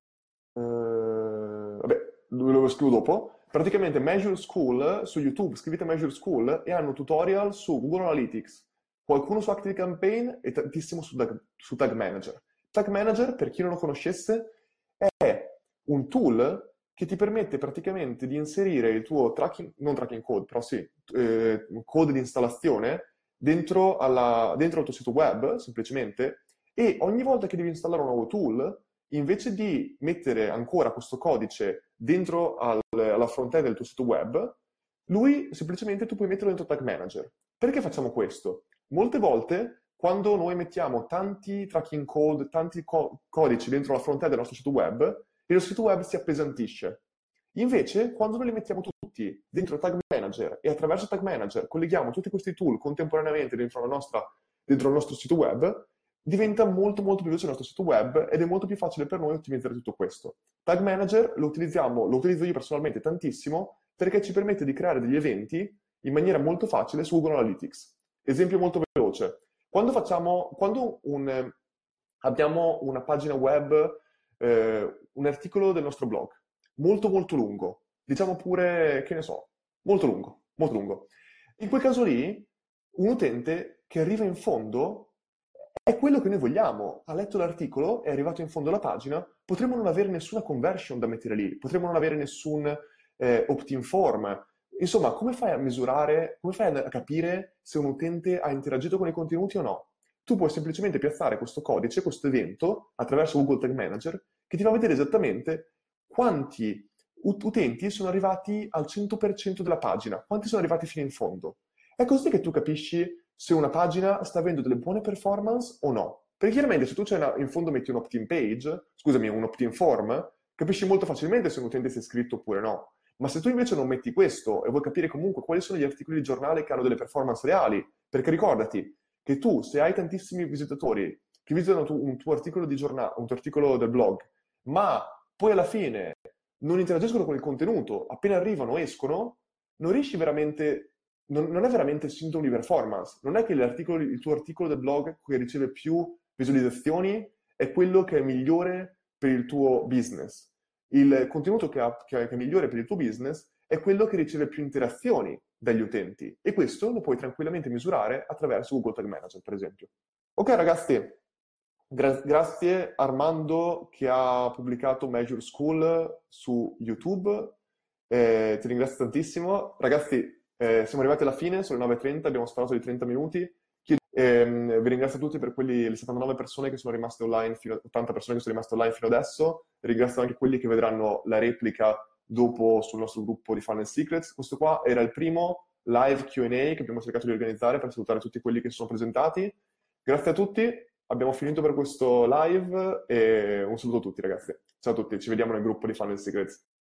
Vabbè, lo scrivo dopo. Praticamente Measure School su YouTube, scrivete Measure School e hanno tutorial su Google Analytics, qualcuno su ActiveCampaign e tantissimo su Tag Manager. Tag Manager, per chi non lo conoscesse, è un tool che ti permette praticamente di inserire il tuo tracking, non tracking code, però sì, code di installazione dentro al tuo sito web, semplicemente, e ogni volta che devi installare un nuovo tool, invece di mettere ancora questo codice dentro alla front-end del tuo sito web, lui semplicemente tu puoi metterlo dentro Tag Manager. Perché facciamo questo? Molte volte, quando noi mettiamo tanti tracking code, tanti codici dentro la front-end del nostro sito web, il nostro sito web si appesantisce. Invece, quando noi li mettiamo tutti dentro Tag Manager e attraverso Tag Manager colleghiamo tutti questi tool contemporaneamente dentro il nostro sito web, diventa molto molto più veloce il nostro sito web ed è molto più facile per noi ottimizzare tutto questo. Tag Manager lo utilizzo io personalmente tantissimo perché ci permette di creare degli eventi in maniera molto facile su Google Analytics. Esempio molto veloce. Quando abbiamo una pagina web, un articolo del nostro blog, molto molto lungo, diciamo pure, che ne so, molto lungo, molto lungo. In quel caso lì, un utente che arriva in fondo è quello che noi vogliamo. Ha letto l'articolo, è arrivato in fondo alla pagina, potremmo non avere nessuna conversion da mettere lì, potremmo non avere nessun opt-in form. Insomma, come fai a misurare, come fai a capire se un utente ha interagito con i contenuti o no? Tu puoi semplicemente piazzare questo codice, questo evento, attraverso Google Tag Manager, che ti fa vedere esattamente quanti utenti sono arrivati al 100% della pagina, quanti sono arrivati fino in fondo. È così che tu capisci se una pagina sta avendo delle buone performance o no. Perché chiaramente se tu in fondo metti un opt-in page, scusami, un opt-in form, capisci molto facilmente se un utente si è iscritto oppure no. Ma se tu invece non metti questo e vuoi capire comunque quali sono gli articoli di giornale che hanno delle performance reali, perché ricordati che tu, se hai tantissimi visitatori che visitano un tuo articolo di giornale, un tuo articolo del blog, ma poi alla fine non interagiscono con il contenuto, appena arrivano, escono, non riesci veramente, non è veramente sintomo di performance. Non è che il tuo articolo del blog che riceve più visualizzazioni è quello che è migliore per il tuo business. Il contenuto che è migliore per il tuo business è quello che riceve più interazioni dagli utenti e questo lo puoi tranquillamente misurare attraverso Google Tag Manager, per esempio. Ok ragazzi, grazie Armando che ha pubblicato Measure School su YouTube, ti ringrazio tantissimo. Ragazzi, siamo arrivati alla fine, sono le 9:30, abbiamo sparato di 30 minuti. Vi ringrazio a tutti per le 79 persone che sono rimaste online, 80 persone che sono rimaste online fino adesso. Ringrazio anche quelli che vedranno la replica dopo sul nostro gruppo di Funnel Secrets. Questo qua era il primo live Q&A che abbiamo cercato di organizzare per salutare tutti quelli che si sono presentati. Grazie a tutti, abbiamo finito per questo live e un saluto a tutti ragazzi. Ciao a tutti, ci vediamo nel gruppo di Funnel Secrets.